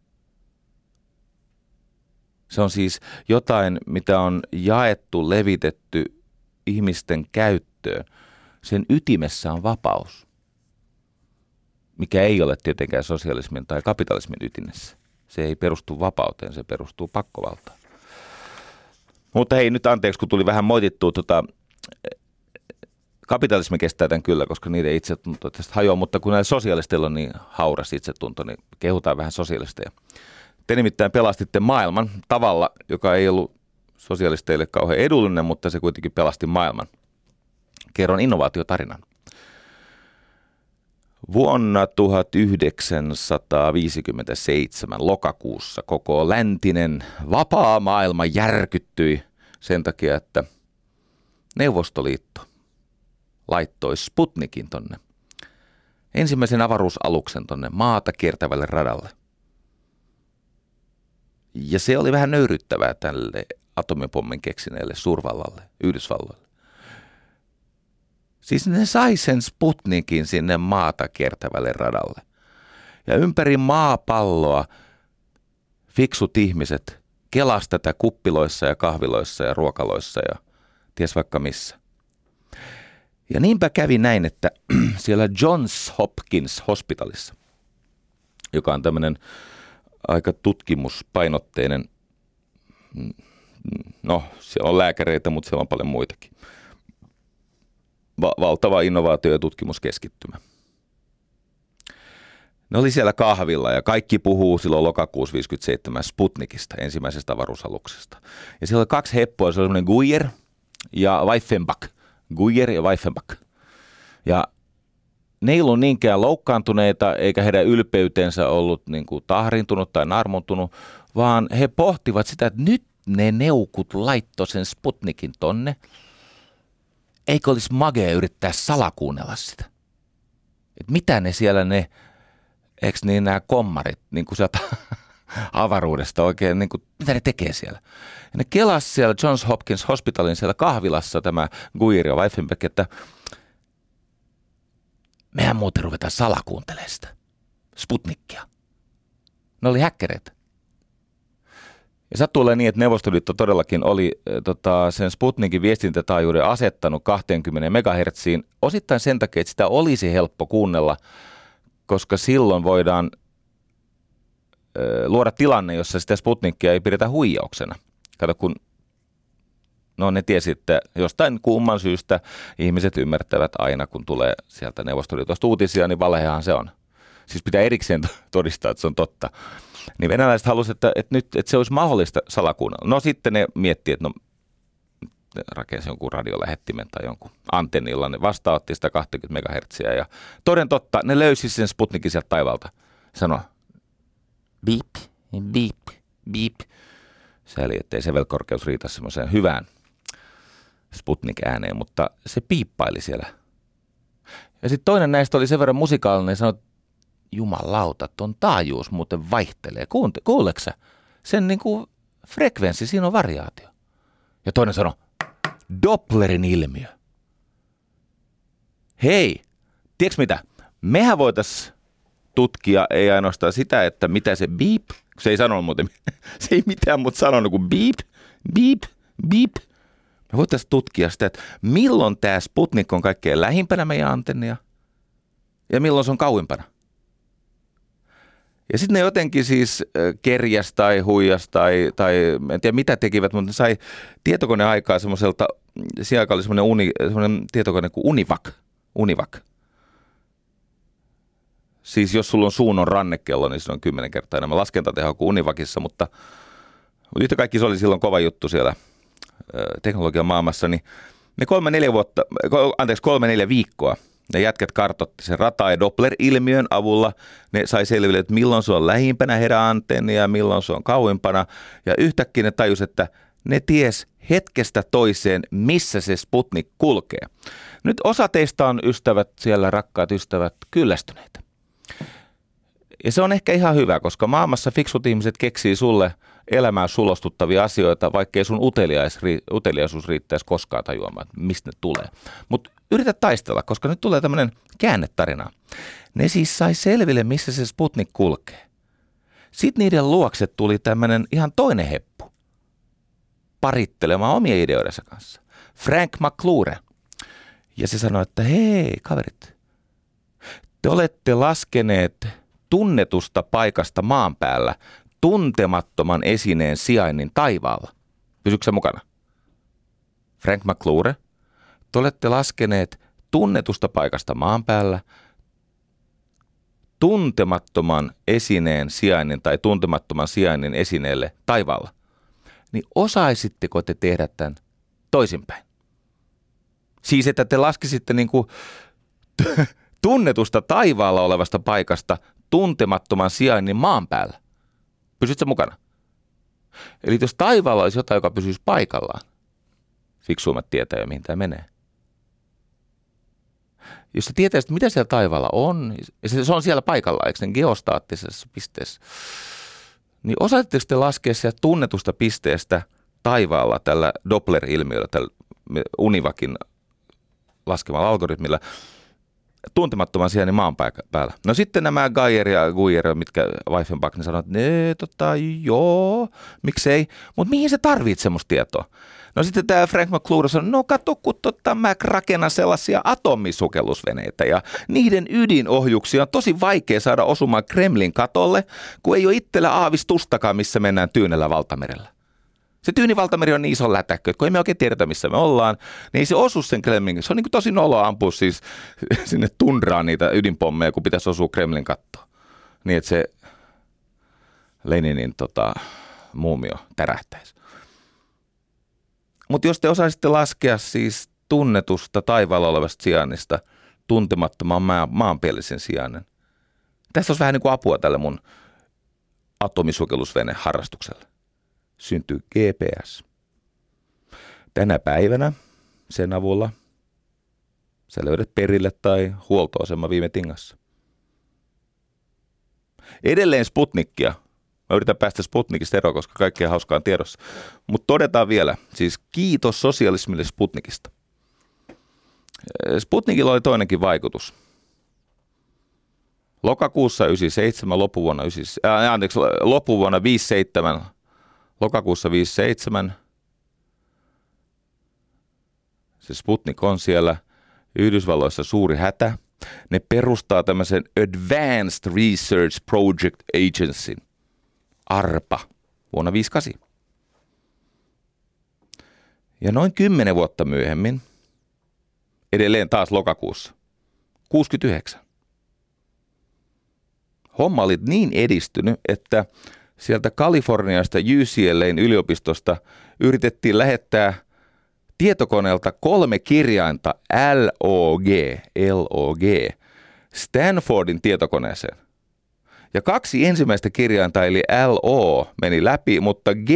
Se on siis jotain, mitä on jaettu, levitetty ihmisten käyttöön. Sen ytimessä on vapaus, mikä ei ole tietenkään sosialismin tai kapitalismin ytimessä. Se ei perustu vapauteen, se perustuu pakkovaltaan. Mutta hei, nyt anteeksi, kun tuli vähän moitittua. Tota, kapitalismi kestää tämän kyllä, koska niiden itsetunto tästä hajoaa, mutta kun näillä sosialisteilla on niin hauras itsetunto, niin kehutaan vähän sosialisteja. Te nimittäin pelastitte maailman tavalla, joka ei ollut sosialisteille kauhean edullinen, mutta se kuitenkin pelasti maailman. Kerron innovaatiotarinan. Vuonna tuhatyhdeksänsataaviisikymmentäseitsemän lokakuussa koko läntinen vapaa maailma järkyttyi sen takia, että Neuvostoliitto laittoi Sputnikin tonne, ensimmäisen avaruusaluksen tonne maata kiertävälle radalle. Ja se oli vähän nöyryttävää tälle atomipommin keksineelle suurvallalle, Yhdysvalloille. Siis ne sai sen Sputnikin sinne maata kiertävälle radalle. Ja ympäri maapalloa fiksut ihmiset kelas tätä kuppiloissa ja kahviloissa ja ruokaloissa ja ties vaikka missä. Ja niinpä kävi näin, että siellä Johns Hopkins Hospitalissa, joka on tämmöinen aika tutkimuspainotteinen, no siellä on lääkäreitä, mutta siellä on paljon muitakin. Va- valtava innovaatio- ja tutkimuskeskittymä. Ne oli siellä kahvilla ja kaikki puhuu silloin lokakuussa viisikymmentäseitsemän Sputnikista, ensimmäisestä avaruusaluksesta. Ja siellä oli kaksi heppoa, se oli semmoinen Guyer ja Weifenbach. Guyer ja Weifenbach. Ja ne ei ollut niinkään loukkaantuneita, eikä heidän ylpeytensä ollut niin kuin tahrintunut tai narmuntunut, vaan he pohtivat sitä, että nyt ne neukut laittoi sen Sputnikin tonne. Eikö olisi magea yrittää salakuunnella sitä? Et mitä ne siellä ne, eikö niin nämä kommarit, niin kuin sieltä avaruudesta oikein, niin kuin, mitä ne tekee siellä? Ja ne kelasi siellä Johns Hopkins Hospitalin siellä kahvilassa tämä Guyer ja Weifenbach, että mehän muuten ruvetaan salakuuntelemaan sitä Sputnikia. Ne oli häkkäreitä. Ja sattuu olemaan niin, että Neuvostoliitto todellakin oli äh, tota, sen Sputnikin viestintätaajuuden asettanut kaksikymmentä megahertsiin osittain sen takia, että sitä olisi helppo kuunnella, koska silloin voidaan äh, luoda tilanne, jossa sitä Sputnikia ei pidetä huijauksena. Kato, kun no ne tiesi, että jostain kumman syystä ihmiset ymmärtävät aina, kun tulee sieltä Neuvostoliitosta uutisia, niin valehan se on. Siis pitää erikseen todistaa, että se on totta. Niin venäläiset halusivat, että, että nyt että se olisi mahdollista salakuunnella. No sitten ne miettii, että no ne rakensi jonkun radiolähettimen tai jonkun antennilla. Ne vastaanotti sitä kaksikymmentä megahertsiä ja toden totta, ne löysi sen Sputnikin sieltä taivalta. Sano, beep, beep, beep. Sääli, ettei se velkorkeus riitä semmoiseen hyvään Sputnik-ääneen, mutta se piippaili siellä. Ja sitten toinen näistä oli sen verran musikaalinen ja sanoi, jumalauta, ton taajuus muuten vaihtelee. Kuunte, kuuleksä? Sen niinku frekvenssi, siinä on variaatio. Ja toinen sanoi, Dopplerin ilmiö. Hei, tiedätkö mitä? Mehän voitaisiin tutkia ei ainoastaan sitä, että mitä se beep, se ei sanonut muuten, se ei mitään muuta sanonut kuin beep, beep, beep. Me voitaisiin tutkia sitä, että milloin tämä Sputnik on kaikkein lähimpänä meidän antennia ja milloin se on kauimpana. Ja sitten ne jotenkin siis kerjäs tai huijas tai, tai en tiedä mitä tekivät, mutta ne sai tietokoneaikaa semmoiselta, siihen aikaan oli semmoinen, uni, semmoinen tietokone kuin Univac. Univac. Siis jos sulla on suunnon rannekello, niin se on kymmenen kertaa enemmän laskentatehoa kuin Univacissa, mutta, mutta yhtä kaikki se oli silloin kova juttu siellä teknologian maailmassa, niin ne kolme neljä vuotta, anteeksi kolme neljä viikkoa Ne jätkät kartoitti sen rata- ja Doppler-ilmiön avulla. Ne sai selville, että milloin se on lähimpänä heräantennia ja milloin se on kauimpana. Ja yhtäkkiä ne tajus, että ne ties hetkestä toiseen, missä se Sputnik kulkee. Nyt osa teistä on ystävät siellä, rakkaat ystävät, kyllästyneitä. Ja se on ehkä ihan hyvä, koska maailmassa fiksut ihmiset keksii sulle elämään sulostuttavia asioita, vaikkei sun uteliaisuus riittäisi koskaan tajuamaan, mistä ne tulee. Mutta yritä taistella, koska nyt tulee tämmöinen käännetarina. Ne siis sai selville, missä se Sputnik kulkee. Sitten niiden luokse tuli tämmöinen ihan toinen heppu parittelemaan omia ideoidensa kanssa. Frank McClure. Ja se sanoi, että hei kaverit, te olette laskeneet tunnetusta paikasta maan päällä tuntemattoman esineen sijainnin taivaalla. Pysytkö sä mukana? Frank McClure, te olette laskeneet tunnetusta paikasta maan päällä tuntemattoman esineen sijainnin tai tuntemattoman sijainnin esineelle taivaalla. Niin osaisitteko te tehdä tämän toisinpäin? Siis, että te laskisitte niin kuin tunnetusta taivaalla olevasta paikasta tuntemattoman sijainnin maan päällä. Pysytkö mukana? Eli jos taivaalla olisi jotain, joka pysyisi paikallaan, fiksuimmat tietää jo, mihin tämä menee. Jos sä tietäisit, mitä siellä taivaalla on, ja se on siellä paikallaan, eikö sen geostaattisessa pisteessä, niin osaatteko te laskea sieltä tunnetusta pisteestä taivaalla tällä Doppler-ilmiöllä, tällä Univakin laskemalla algoritmilla, tuntemattoman sijainnin maan päällä. No sitten nämä Geyer ja Guyer, mitkä Weifenbach, ne sanoivat, että ne, tota, joo, miksei, mutta mihin se tarvitsee semmoista tietoa? No sitten tämä Frank McClure sanoi, no katso, kun tota, mä rakennan sellaisia atomisukellusveneitä ja niiden ydinohjuksia on tosi vaikea saada osumaan Kremlin katolle, kun ei ole itsellä aavistustakaan, missä mennään Tyynellä valtamerellä. Se Tyyni valtameri on niin iso lätäkkö, että kun emme oikein tiedetä, missä me ollaan, niin ei se osu sen Kremlin. Se on niin kuin tosi noloa ampua siis sinne tundraan niitä ydinpommeja, kun pitäisi osua Kremlin kattoon. Niin, että se Leninin tota, muumio tärähtäisi. Mutta jos te osaisitte laskea siis tunnetusta taivaalla olevasta sijainnista tuntemattoman maa, maanpielisen sijainnin, tässä olisi vähän niin kuin apua tälle mun atomisukellusvene harrastukselle. Syntyy G P S. Tänä päivänä sen avulla sä löydät perille tai huoltoasema viime tingassa. Edelleen Sputnikia. Mä yritän päästä Sputnikista eroon, koska kaikkea hauskaa on tiedossa. Mutta todetaan vielä, siis kiitos sosialismille Sputnikista. Sputnikilla oli toinenkin vaikutus. Lokakuussa yhdeksänkymmentäseitsemän, loppuvuonna, yhdeksänkymmentäseitsemän, äh, anteeksi, loppuvuonna viisikymmentäseitsemän, lokakuussa viisikymmentäseitsemän, se Sputnik on siellä, Yhdysvalloissa suuri hätä. Ne perustaa tämmöisen Advanced Research Project Agency, ARPA, vuonna viisikymmentäkahdeksan. Ja noin kymmenen vuotta myöhemmin, edelleen taas lokakuussa, kuusikymmentäyhdeksän. Homma oli niin edistynyt, että sieltä Kaliforniasta U C L A:n yliopistosta yritettiin lähettää tietokoneelta kolme kirjainta L O G, L O G, Stanfordin tietokoneeseen. Ja kaksi ensimmäistä kirjainta eli L O meni läpi, mutta G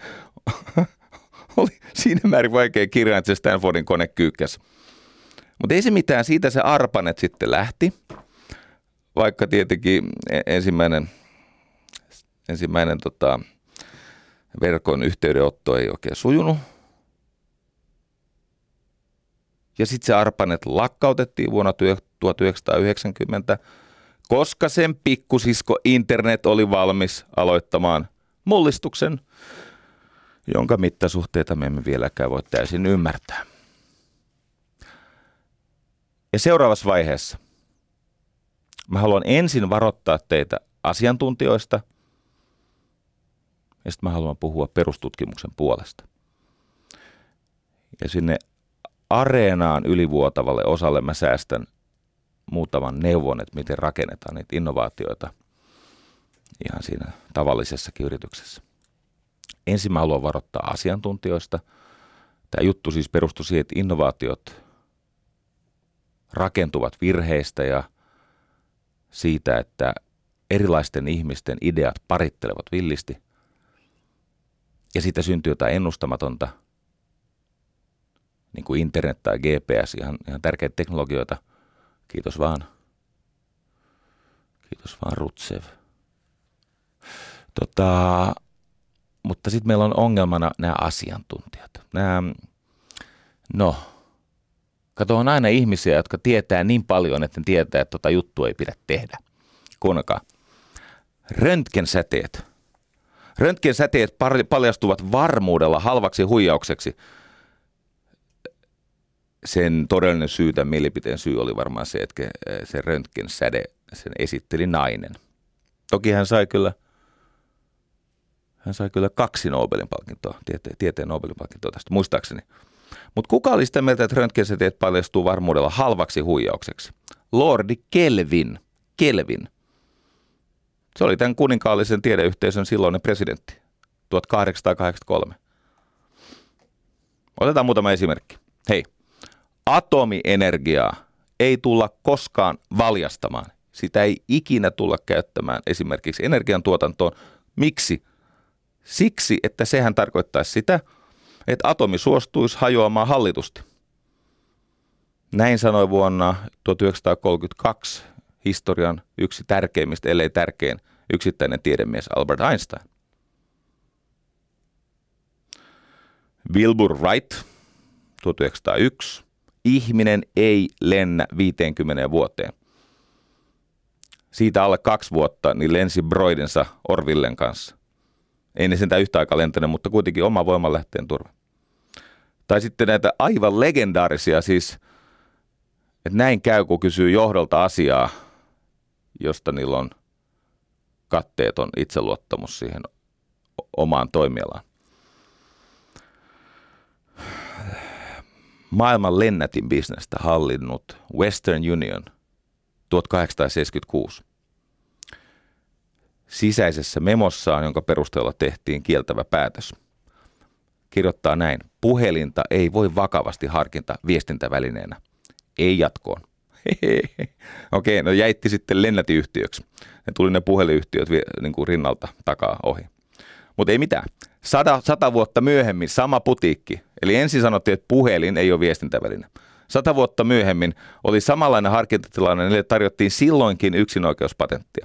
oli siinä määrin vaikea kirjain, että se Stanfordin kone kyykkäsi. Mutta ei se mitään, siitä se ARPANET sitten lähti, vaikka tietenkin ensimmäinen, ensimmäinen tota, verkon yhteydenotto ei oikein sujunut. Ja sitten se ARPANET lakkautettiin vuonna tuhatyhdeksänsataayhdeksänkymmentä, koska sen pikkusisko internet oli valmis aloittamaan mullistuksen, jonka mittasuhteita me emme vieläkään voi täysin ymmärtää. Ja seuraavassa vaiheessa mä haluan ensin varoittaa teitä asiantuntijoista, ja sitten mä haluan puhua perustutkimuksen puolesta. Ja sinne areenaan ylivuotavalle osalle mä säästän muutaman neuvon, että miten rakennetaan niitä innovaatioita ihan siinä tavallisessakin yrityksessä. Ensin mä haluan varoittaa asiantuntijoista. Tämä juttu siis perustui siihen, että innovaatiot rakentuvat virheistä ja siitä, että erilaisten ihmisten ideat parittelevat villisti. Ja siitä syntyy jotain ennustamatonta, niin kuin internet tai G P S, ihan, ihan tärkeitä teknologioita. Kiitos vaan. Kiitos vaan Rutsev. Tota, mutta sitten meillä on ongelmana nämä asiantuntijat. Nämä, no, kato, on aina ihmisiä, jotka tietää niin paljon, että ne tietää, että tota juttua ei pidä tehdä. Kuunnelkaa. Röntgensäteet. Röntgensäteet paljastuvat varmuudella halvaksi huijaukseksi. Sen todellinen syy, tämän mielipiteen syy oli varmaan se, että se röntgensäde, sen esitteli nainen. Toki hän sai kyllä, hän sai kyllä kaksi Nobelin palkintoa, tieteen, tieteen Nobelin palkintoa tästä, muistaakseni. Mutta kuka oli sitä mieltä, että röntgensäteet paljastuu varmuudella halvaksi huijaukseksi? Lordi Kelvin. Kelvin. Se oli tämän kuninkaallisen tiedeyhteisön silloinen presidentti, tuhatkahdeksansataakahdeksankymmentäkolme. Otetaan muutama esimerkki. Hei, atomienergiaa ei tulla koskaan valjastamaan. Sitä ei ikinä tulla käyttämään esimerkiksi energiantuotantoon. Miksi? Siksi, että sehän tarkoittaisi sitä, että atomi suostuisi hajoamaan hallitusti. Näin sanoi vuonna tuhatyhdeksänsataakolmekymmentäkaksi historian yksi tärkeimmistä, ellei tärkein yksittäinen tiedemies Albert Einstein. Wilbur Wright, tuhatyhdeksänsataayksi. Ihminen ei lennä viiteenkymmeneen vuoteen. Siitä alle kaksi vuotta niin lensi broidensa Orvillen kanssa. Ei ne sentään yhtä aikaa lentänyt, mutta kuitenkin oma voimanlähteen turva. Tai sitten näitä aivan legendaarisia siis, että näin käy, kun kysyy johdolta asiaa, josta niillä on katteeton itseluottamus siihen omaan toimialaan. Maailman lennätin bisnestä hallinnut Western Union tuhatkahdeksansataaseitsemänkymmentäkuusi. Sisäisessä memossaan, jonka perusteella tehtiin kieltävä päätös, kirjoittaa näin: puhelinta ei voi vakavasti harkinta viestintävälineenä. Ei jatkoon. Okei, no jäitti sitten lennätiyhtiöksi. Ne tuli ne puhelinyhtiöt niin kuin rinnalta takaa ohi. Mutta ei mitään. Sata, sata vuotta myöhemmin sama putiikki. Eli ensin sanottiin, että puhelin ei ole viestintäväline. Sata vuotta myöhemmin oli samanlainen harkintatilanne, niille tarjottiin silloinkin yksinoikeuspatenttia.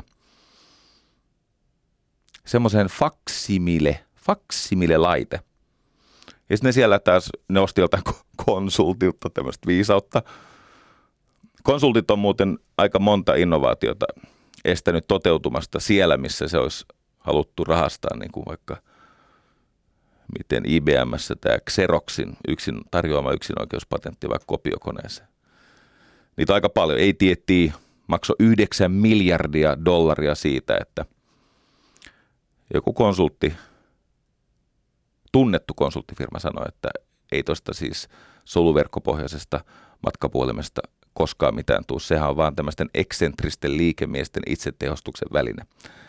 Semmoisen faksimile, faksimile-laite. Ja sitten ne siellä taas, ne osti joltain konsultilta tämmöistä viisautta. Konsultit on muuten aika monta innovaatiota estänyt toteutumasta siellä, missä se olisi haluttu rahastaa, niin kuin vaikka miten I B M:ssä tämä Xeroxin yksin, tarjoama yksinoikeuspatentti vaikka kopiokoneeseen. Niitä aika paljon. Ei tiettiin, maksoi yhdeksän miljardia dollaria siitä, että joku konsultti, tunnettu konsulttifirma sanoi, että ei tuosta siis soluverkkopohjaisesta matkapuhelimesta koskaan mitään tuu. Sehän on vaan tämmöisten eksentristen liikemiesten itsetehostuksen väline.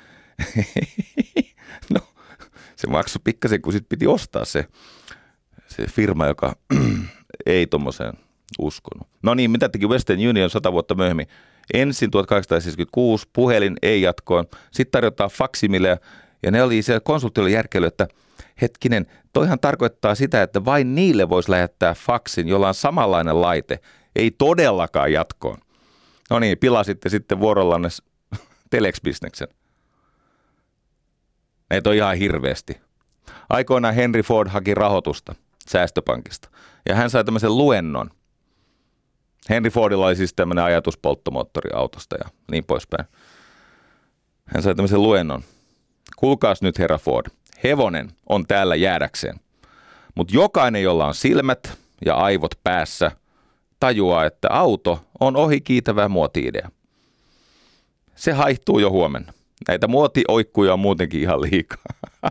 No, se maksoi pikkasen, kun sitten piti ostaa se, se firma, joka ei tommoseen uskonut. No niin, mitä teki Western Union sata vuotta myöhemmin? Ensin tuhatkahdeksansataaseitsemänkymmentäkuusi, puhelin ei jatkoon, sitten tarjotaan faksimileja, ja ne oli siellä konsultilla järkely, että hetkinen, toihan tarkoittaa sitä, että vain niille voisi lähettää faksin, jolla on samanlainen laite, ei todellakaan jatkoon. No niin, pilasitte sitten vuorollanne telex-bisneksen. Näitä on ihan hirveästi. Aikoinaan Henry Ford haki rahoitusta säästöpankista, ja hän sai tämmöisen luennon. Henry Fordilla oli siis tämmöinen ajatus polttomoottoriautosta ja niin poispäin. Hän sai tämmöisen luennon. Kuulkaas nyt, herra Ford, hevonen on täällä jäädäkseen, mutta jokainen, jolla on silmät ja aivot päässä, tajuaa, että auto on ohikiitävä muoti-idea. Se haihtuu jo huomenna. Näitä muotioikkuja on muutenkin ihan liikaa.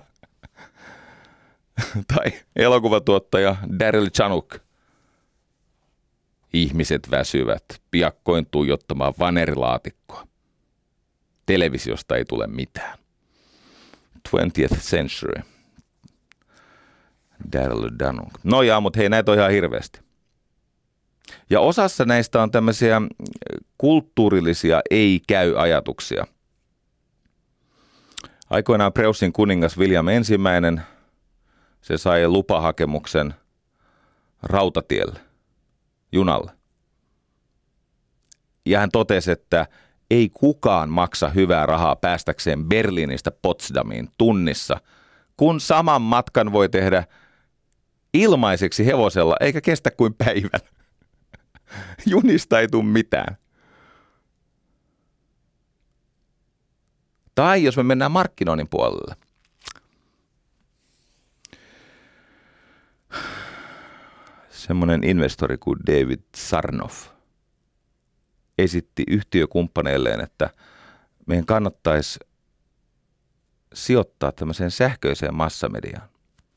Tai elokuvatuottaja Daryl Zanuck. Ihmiset väsyvät piakkoin tuijottamaan vanerilaatikkoa. Televisiosta ei tule mitään. twentieth century. Daryl Zanuck. No jaa, mutta hei, näitä on ihan hirveästi. Ja osassa näistä on tämmöisiä kulttuurillisia ei-käy-ajatuksia. Aikoinaan Preussin kuningas William ensimmäinen, se sai lupahakemuksen rautatielle, junalle. Ja hän totesi, että ei kukaan maksa hyvää rahaa päästäkseen Berliinistä Potsdamiin tunnissa, kun saman matkan voi tehdä ilmaiseksi hevosella, eikä kestä kuin päivän. Junista ei tule mitään. Tai jos me mennään markkinoinnin puolelle. Semmoinen investori kuin David Sarnoff esitti yhtiökumppaneilleen, että meidän kannattaisi sijoittaa tämmöiseen sähköiseen massamediaan.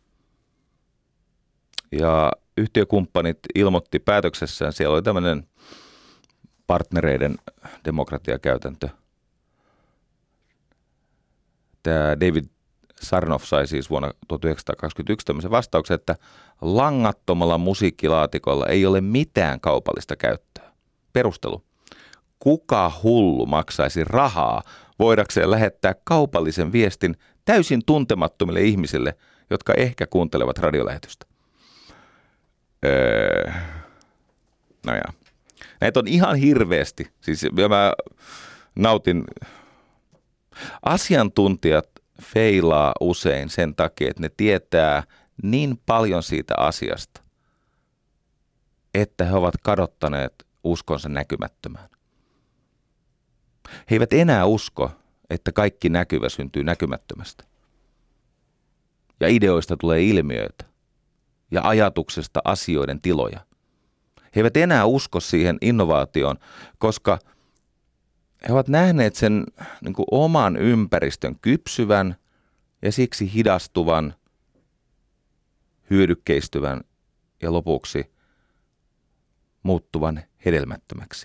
Ja yhtiökumppanit ilmoitti päätöksessään, siellä oli tämmöinen partnereiden demokratiakäytäntö. Tämä David Sarnoff sai siis vuonna tuhatyhdeksänsataakaksikymmentäyksi tämmöisen vastauksen, että langattomalla musiikkilaatikolla ei ole mitään kaupallista käyttöä. Perustelu. Kuka hullu maksaisi rahaa voidakseen lähettää kaupallisen viestin täysin tuntemattomille ihmisille, jotka ehkä kuuntelevat radiolähetystä? Öö, no ja. Näitä on ihan hirveästi. Siis mä nautin. Asiantuntijat feilaa usein sen takia, että ne tietää niin paljon siitä asiasta, että he ovat kadottaneet uskonsa näkymättömään. He eivät enää usko, että kaikki näkyvä syntyy näkymättömästä. Ja ideoista tulee ilmiöitä. Ja ajatuksesta asioiden tiloja. He eivät enää usko siihen innovaatioon, koska he ovat nähneet sen niin kuin oman ympäristön kypsyvän ja siksi hidastuvan, hyödykkeistyvän ja lopuksi muuttuvan hedelmättömäksi.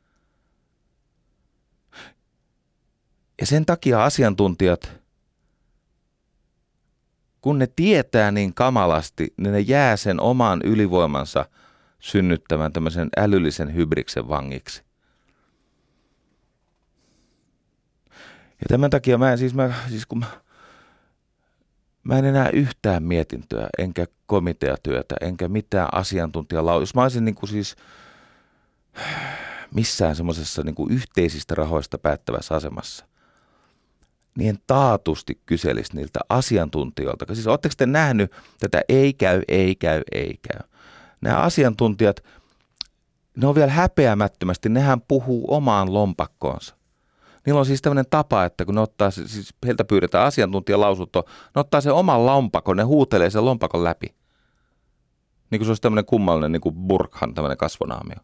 Ja sen takia asiantuntijat, kun ne tietää niin kamalasti, niin ne jää sen oman ylivoimansa synnyttämään tämmöisen älyllisen hybriksen vangiksi. Ja tämän takia mä en siis, mä, siis kun mä, mä en enää yhtään mietintöä, enkä komiteatyötä, enkä mitään asiantuntijalausuntoja. Jos mä olisin niin kuin siis missään semmoisessa niin kuin yhteisistä rahoista päättävässä asemassa, niin en taatusti kyselisi niiltä asiantuntijoilta. Siis ootteko te nähnyt tätä ei käy, ei käy, ei käy? Nämä asiantuntijat, ne on vielä häpeämättömästi, nehän puhuu omaan lompakkoonsa. Niillä on siis tämmöinen tapa, että kun ne ottaa, siis heiltä pyydetään asiantuntijalausunto, ne ottaa sen oman lompakon, ne huutelee sen lompakon läpi. Niin kuin se olisi tämmöinen kummallinen niin kuin Burkhan, tämmöinen kasvonaamio.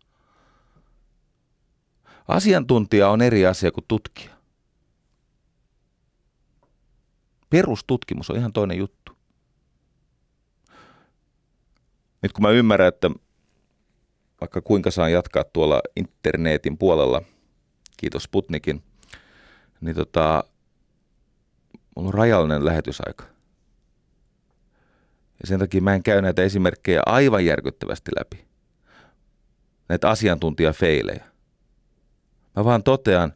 Asiantuntija on eri asia kuin tutkija. Perustutkimus on ihan toinen juttu. Nyt kun mä ymmärrän, että vaikka kuinka saan jatkaa tuolla internetin puolella, kiitos Sputnikin, niin tota, mulla on rajallinen lähetysaika. Ja sen takia mä en käy näitä esimerkkejä aivan järkyttävästi läpi. Näitä asiantuntijafeilejä. Mä vaan totean,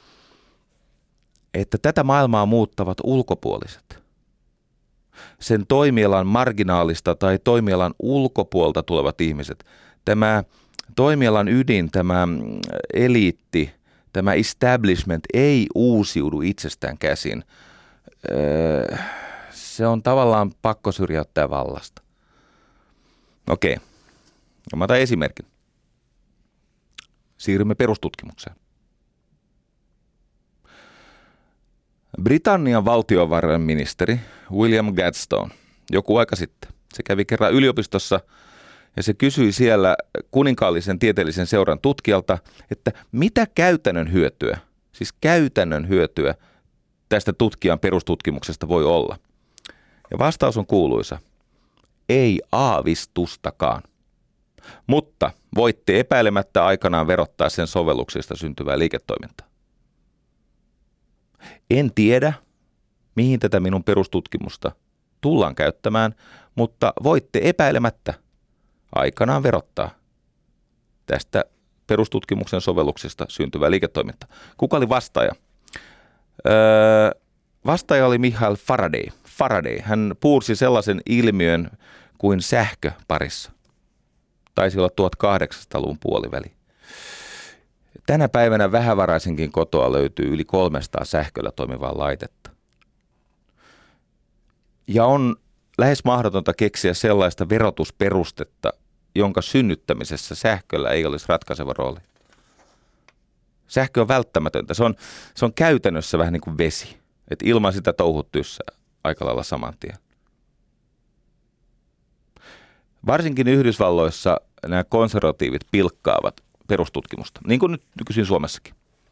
että tätä maailmaa muuttavat ulkopuoliset. Sen toimialan marginaalista tai toimialan ulkopuolta tulevat ihmiset. Tämä toimialan ydin, tämä eliitti, tämä establishment ei uusiudu itsestään käsin. Se on tavallaan pakko syrjäyttää vallasta. Okei, mä otan esimerkin. Siirrymme perustutkimukseen. Britannian valtiovarainministeri William Gladstone joku aika sitten, se kävi kerran yliopistossa ja se kysyi siellä kuninkaallisen tieteellisen seuran tutkijalta, että mitä käytännön hyötyä, siis käytännön hyötyä tästä tutkijan perustutkimuksesta voi olla. Ja vastaus on kuuluisa. Ei aavistustakaan. Mutta voitte epäilemättä aikanaan verottaa sen sovelluksista syntyvää liiketoimintaa. En tiedä, mihin tätä minun perustutkimusta tullaan käyttämään, mutta voitte epäilemättä aikanaan verottaa tästä perustutkimuksen sovelluksesta syntyvää liiketoimintaa. Kuka oli vastaaja? Öö, vastaaja oli Michael Faraday. Faraday. Hän puursi sellaisen ilmiön kuin sähkö parissa. Taisi olla tuhatkahdeksansataaluvun puoliväli. Tänä päivänä vähävaraisenkin kotoa löytyy yli kolmesataa sähköllä toimivaa laitetta. Ja on lähes mahdotonta keksiä sellaista verotusperustetta, jonka synnyttämisessä sähköllä ei olisi ratkaiseva rooli. Sähkö on välttämätöntä. Se on, se on käytännössä vähän niin kuin vesi. Et ilman sitä touhut tyssää aika lailla saman tien. Varsinkin Yhdysvalloissa nämä konservatiivit pilkkaavat perustutkimusta, niin kuin nyt nykyisin Suomessakin.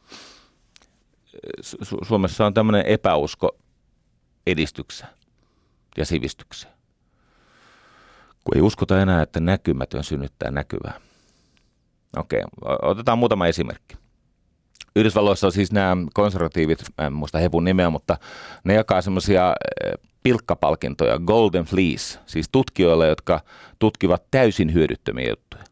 Su- Suomessa on tämmöinen epäusko edistykseen ja sivistykseen. Kun ei uskota enää, että näkymätön synnyttää näkyvää. Okei, otetaan muutama esimerkki. Yhdysvalloissa on siis nämä konservatiivit, en muista hepun nimeä, mutta ne jakaa semmoisia pilkkapalkintoja, Golden Fleece, siis tutkijoille, jotka tutkivat täysin hyödyttömiä juttuja.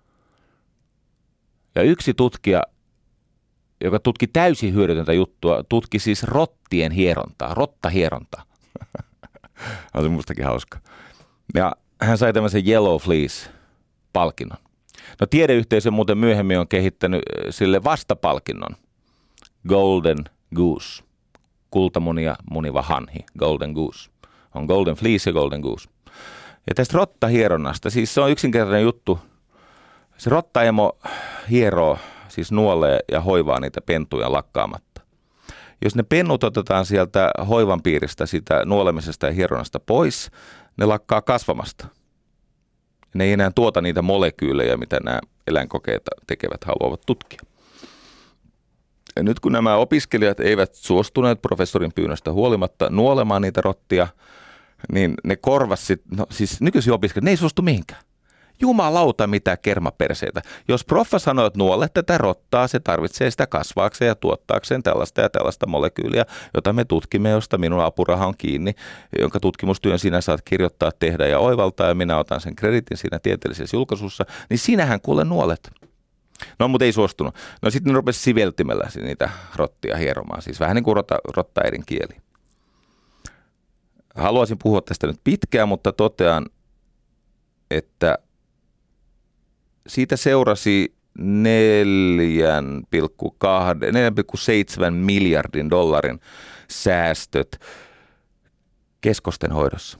Ja yksi tutkija, joka tutki täysin hyödytöntä juttua, tutki siis rottien hierontaa, rottahierontaa. On se mustakin hauska. Ja hän sai tämmöisen Yellow Fleece-palkinnon. No tiedeyhteisö muuten myöhemmin on kehittänyt sille vastapalkinnon, Golden Goose, kultamunia muniva hanhi, Golden Goose. On Golden Fleece ja Golden Goose. Ja tästä rottahieronnasta, siis se on yksinkertainen juttu. Se rottaemo hieroo, siis nuolee ja hoivaa niitä pentuja lakkaamatta. Jos ne pennut otetaan sieltä hoivan piiristä, sitä nuolemisesta ja hieronnasta pois, ne lakkaa kasvamasta. Ne ei enää tuota niitä molekyylejä, mitä nämä eläinkokeita tekevät haluavat tutkia. Ja nyt kun nämä opiskelijat eivät suostuneet professorin pyynnöstä huolimatta nuolemaan niitä rottia, niin ne korvasit, no siis nykyisin opiskelijat, ne ei suostu mihinkään. Jumalauta mitä kermaperseitä. Jos proffa sanoo, että nuole tätä rottaa, se tarvitsee sitä kasvaakseen ja tuottaakseen tällaista ja tällaista molekyyliä, jota me tutkimme, josta minun apuraha on kiinni, jonka tutkimustyön sinä saat kirjoittaa, tehdä ja oivaltaa, ja minä otan sen kreditin siinä tieteellisessä julkaisussa, niin sinähän kuule nuolet. No, mutta ei suostunut. No sitten ne rupesi siveltimellä niitä rottia hieromaan, siis vähän niin kuin rotta, rottaäidin kieli. Haluaisin puhua tästä nyt pitkään, mutta totean, että siitä seurasi neljä pilkku seitsemän miljardin dollarin säästöt keskosten hoidossa.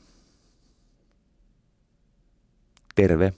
Terve.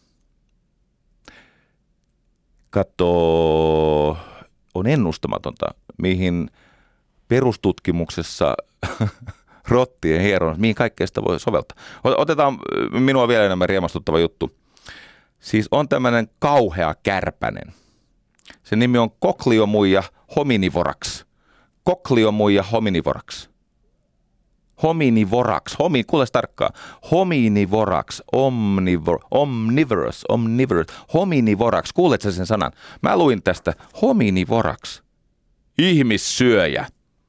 Kato, on ennustamatonta, mihin perustutkimuksessa rottien hieronnassa, mihin kaikkea sitä voi soveltaa. Otetaan minua vielä enemmän riemastuttava juttu. Siis on tämmöinen kauhea kärpänen. Sen nimi on Cochleomuija hominivorax. Cochleomuija hominivorax. Hominivorax. Homi, kuules tarkkaan. Hominivorax. Omnivor, omnivorous. Omnivorous. Hominivorax. Kuuletko sen sanan? Mä luin tästä. Hominivorax. Ihmissyöjä.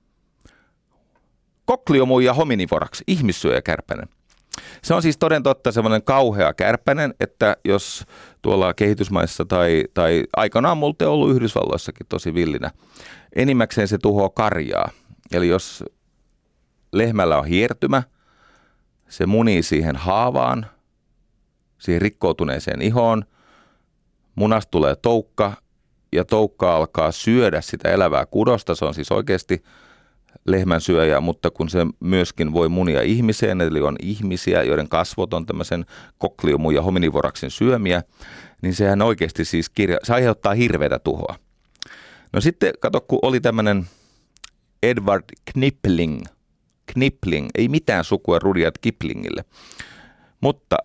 Cochleomuija hominivorax. Ihmissyöjä kärpänen. Se on siis toden totta semmoinen kauhea kärpänen, että jos tuolla kehitysmaissa tai, tai aikanaan multa on ollut Yhdysvalloissakin tosi villinä, enimmäkseen se tuhoaa karjaa. Eli jos lehmällä on hiertymä, se munii siihen haavaan, siihen rikkoutuneeseen ihoon, munasta tulee toukka ja toukka alkaa syödä sitä elävää kudosta, se on siis oikeasti lehmän syöjä, mutta kun se myöskin voi munia ihmiseen, eli on ihmisiä, joiden kasvot on tämmöisen Cochleomuija hominivoraxin syömiä, niin sehän oikeasti siis kirja, se aiheuttaa hirveätä tuhoa. No sitten kato, kun oli tämmöinen Edward Knipling, Knipling, ei mitään sukua Rudyard Kiplingille, mutta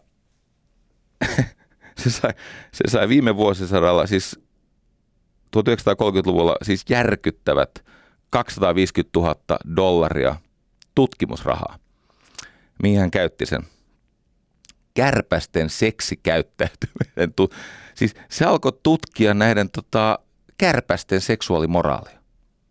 se, sai, se sai viime vuosisadalla, siis tuhatyhdeksänsataakolmekymmentäluvulla, siis järkyttävät kaksisataaviisikymmentätuhatta dollaria tutkimusrahaa. Mihin hän käytti sen? Kärpästen seksikäyttäytyminen. Siis se alkoi tutkia näiden tota, kärpästen seksuaalimoraalia.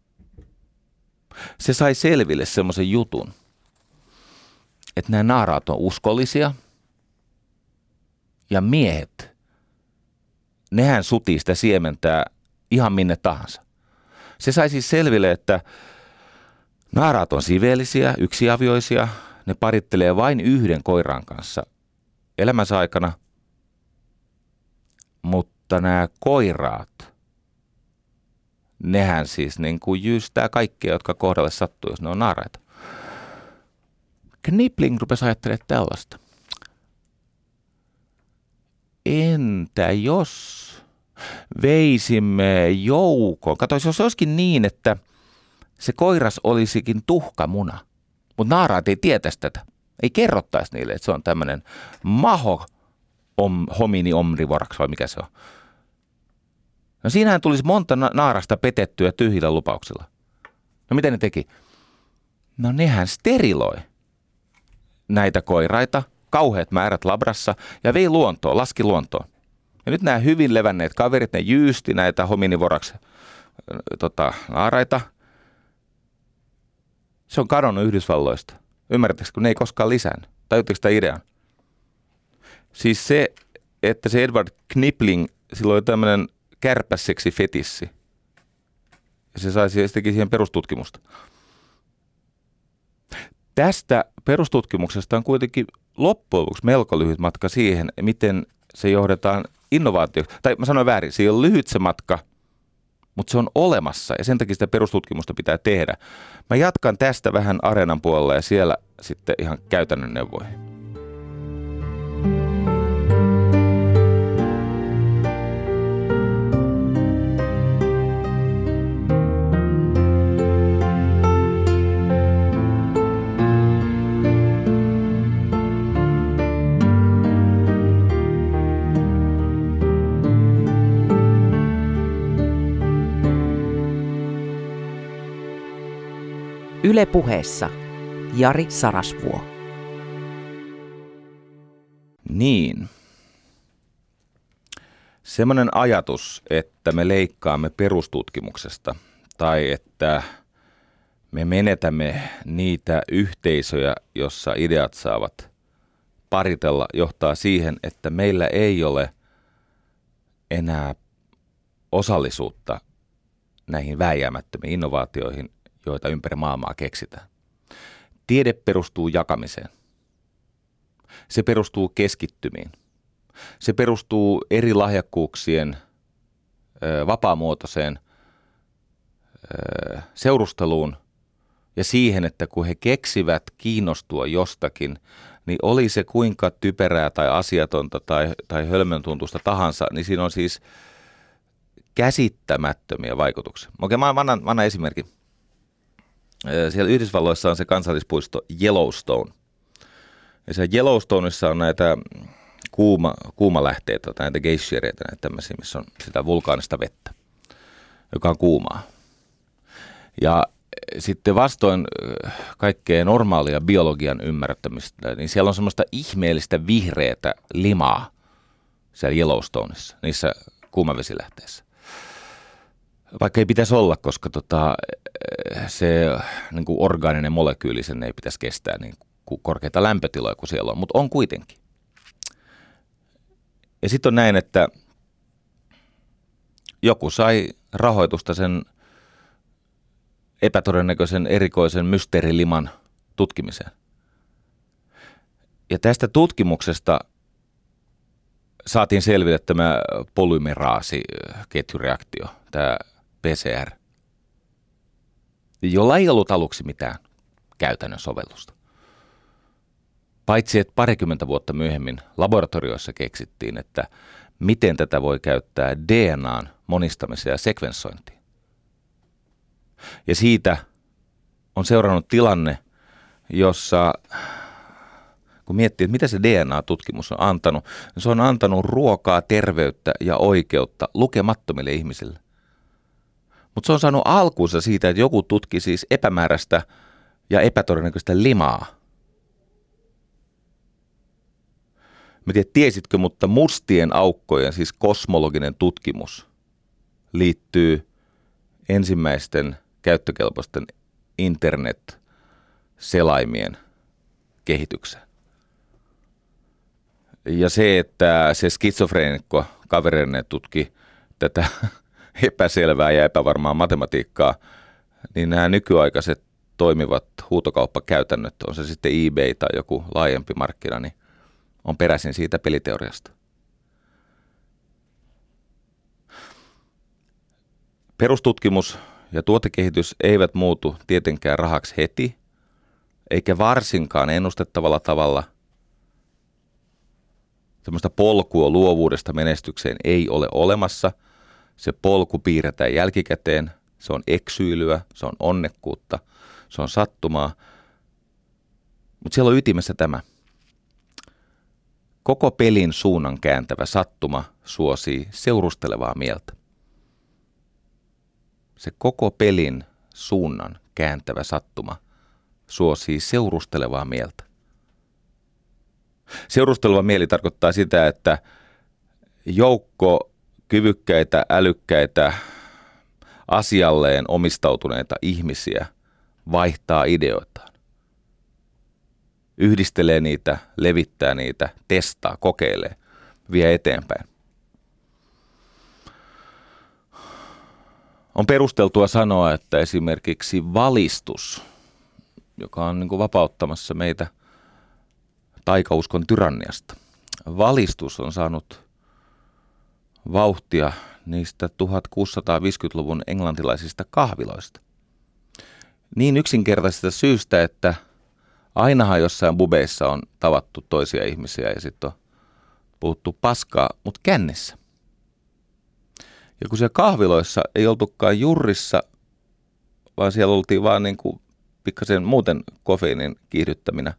Se sai selville semmoisen jutun, että nämä naaraat on uskollisia ja miehet nehän sutii sitä siementää ihan minne tahansa. Se sai siis selville, että naaraat on siveellisiä, yksiavioisia, ne parittelee vain yhden koiran kanssa elämänsä aikana, mutta nämä koiraat, nehän siis niin kuin jyystää kaikkia, jotka kohdalle sattuu, jos ne on naaraita. Knipling rupesi ajattelemaan tällaista. Entä jos veisimme joukon? Kato, jos se olisikin niin, että se koiras olisikin tuhkamuna, mutta naaraat ei tietäisi tätä. Ei kerrottaisi niille, että se on tämmöinen maho om, homini omnivoraksi vai mikä se on. No siinähän tulisi monta naarasta petettyä tyhjillä lupauksilla. No miten ne teki? No nehän steriloi näitä koiraita, kauheat määrät labrassa ja vei luontoon, laski luontoon. Ja nyt nämä hyvin levänneet kaverit, ne jyysti näitä hominivoraksi tota, naaraita. Se on kadonnut Yhdysvalloista. Ymmärrättekö, kun ne ei koskaan lisännyt? Tajutteko sitä idean? Siis se, että se Edward Knipling, sillä oli tämmöinen kärpässeksi fetissi. Ja se sai se teki siihen perustutkimusta. Tästä perustutkimuksesta on kuitenkin loppujen lopuksi melko lyhyt matka siihen, miten se johdetaan innovaatioksi. Tai mä sanoin väärin, se ei ole lyhyt se matka, mutta se on olemassa ja sen takia sitä perustutkimusta pitää tehdä. Mä jatkan tästä vähän Areenan puolella ja siellä sitten ihan käytännön neuvoihin. Yle Puheessa Jari Sarasvuo. Niin. Semmoinen ajatus, että me leikkaamme perustutkimuksesta tai että me menetämme niitä yhteisöjä, jossa ideat saavat paritella, johtaa siihen, että meillä ei ole enää osallisuutta näihin vääjäämättömiin innovaatioihin, joita ympäri maailmaa keksitään. Tiede perustuu jakamiseen. Se perustuu keskittymiin. Se perustuu eri lahjakkuuksien ö, vapaamuotoiseen ö, seurusteluun ja siihen, että kun he keksivät kiinnostua jostakin, niin oli se kuinka typerää tai asiatonta tai, tai hölmöntuntuista tahansa, niin siinä on siis käsittämättömiä vaikutuksia. Okei, mä annan, mä annan esimerkin. Siellä Yhdysvalloissa on se kansallispuisto Yellowstone. Ja siellä Yellowstoneissa on näitä kuuma, kuumalähteitä, näitä geyssereitä, näitä tämmöisiä, missä on sitä vulkaanista vettä, joka on kuumaa. Ja sitten vastoin kaikkea normaalia biologian ymmärtämistä, niin siellä on semmoista ihmeellistä vihreätä limaa siellä Yellowstoneissa, niissä kuumavesilähteissä. Vaikka ei pitäisi olla, koska tota, se niin kuin orgaaninen molekyyli, sen ei pitäisi kestää niin kuin korkeita lämpötiloja kuin siellä on, mutta on kuitenkin. Ja sitten on näin, että joku sai rahoitusta sen epätodennäköisen erikoisen mysteeriliman tutkimiseen. Ja tästä tutkimuksesta saatiin selville tämä polymeraasi-ketjureaktio, tämä P C R, jolla ei ollut aluksi mitään käytännön sovellusta. Paitsi että parikymmentä vuotta myöhemmin laboratorioissa keksittiin, että miten tätä voi käyttää D N A:n monistamiseen ja sekvensointiin. Ja siitä on seurannut tilanne, jossa kun miettii, että mitä se D N A-tutkimus on antanut, niin se on antanut ruokaa, terveyttä ja oikeutta lukemattomille ihmisille. Mutta se on saanut alkuunsa siitä, että joku tutki siis epämääräistä ja epätodennäköistä limaa. Mä tiedän, tiesitkö, mutta mustien aukkojen, siis kosmologinen tutkimus, liittyy ensimmäisten käyttökelpoisten internet-selaimien kehitykseen. Ja se, että se skitsofreenikko kavereenne tutki tätä epäselvää ja epävarmaa matematiikkaa, niin nämä nykyaikaiset toimivat huutokauppakäytännöt, on se sitten eBay tai joku laajempi markkina, niin on peräisin siitä peliteoriasta. Perustutkimus ja tuotekehitys eivät muutu tietenkään rahaksi heti, eikä varsinkaan ennustettavalla tavalla. Semmoista polkua luovuudesta menestykseen ei ole olemassa. Se polku piirretään jälkikäteen. Se on eksyilyä, se on onnekkuutta, se on sattumaa. Mutta siellä on ytimessä tämä. Koko pelin suunnan kääntävä sattuma suosii seurustelevaa mieltä. Se koko pelin suunnan kääntävä sattuma suosii seurustelevaa mieltä. Seurusteleva mieli tarkoittaa sitä, että joukko kyvykkäitä, älykkäitä, asialleen omistautuneita ihmisiä vaihtaa ideoitaan. Yhdistelee niitä, levittää niitä, testaa, kokeilee, vie eteenpäin. On perusteltua sanoa, että esimerkiksi valistus, joka on niin kuin vapauttamassa meitä taikauskon tyranniasta. Valistus on saanut vauhtia niistä tuhatkuusisataaviisikymmentäluvun englantilaisista kahviloista. Niin yksinkertaisesta syystä, että ainahan jossain bubeissa on tavattu toisia ihmisiä ja sitten on puhuttu paskaa, mutta kännessä. Ja kun siellä kahviloissa ei oltukaan jurrissa, vaan siellä oltiin vaan niin kuin pikkasen muuten kofeiinin kiihdyttäminä,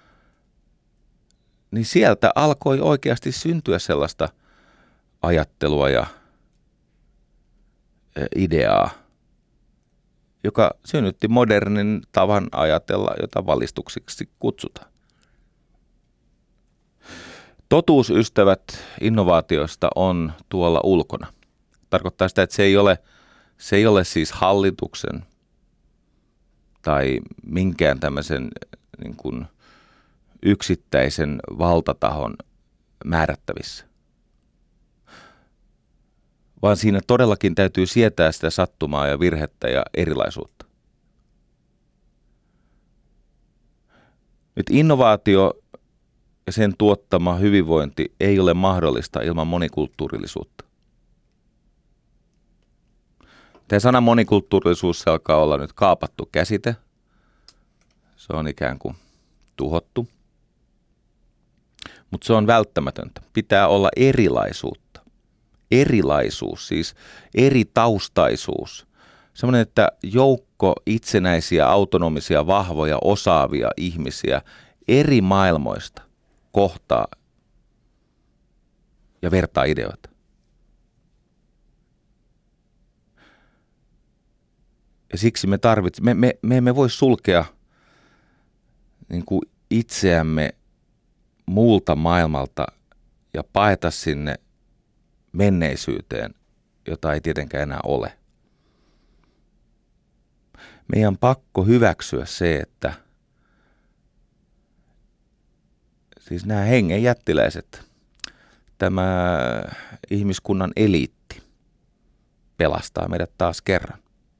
niin sieltä alkoi oikeasti syntyä sellaista ajattelua ja ideaa, joka synnytti modernin tavan ajatella, jota valistuksiksi kutsutaan. Totuusystävät innovaatioista on tuolla ulkona. Tarkoittaa sitä, että se ei ole, se ei ole siis hallituksen tai minkään tämmöisen niin kuin yksittäisen valtatahon määrättävissä. Vaan siinä todellakin täytyy sietää sitä sattumaa ja virhettä ja erilaisuutta. Nyt innovaatio ja sen tuottama hyvinvointi ei ole mahdollista ilman monikulttuurillisuutta. Tämä sana monikulttuurillisuus se alkaa olla nyt kaapattu käsite. Se on ikään kuin tuhottu. Mutta se on välttämätöntä. Pitää olla erilaisuutta. Erilaisuus, siis eri taustaisuus. Sellainen, että joukko itsenäisiä, autonomisia, vahvoja, osaavia ihmisiä eri maailmoista kohtaa ja vertaa ideoita. Ja siksi me tarvitsemme, me, me, me emme voi sulkea niin kuin itseämme muulta maailmalta ja paeta sinne menneisyyteen, jota ei tietenkään enää ole. Meidän on pakko hyväksyä se, että siis nämä hengen jättiläiset, tämä ihmiskunnan eliitti pelastaa meidät taas kerran.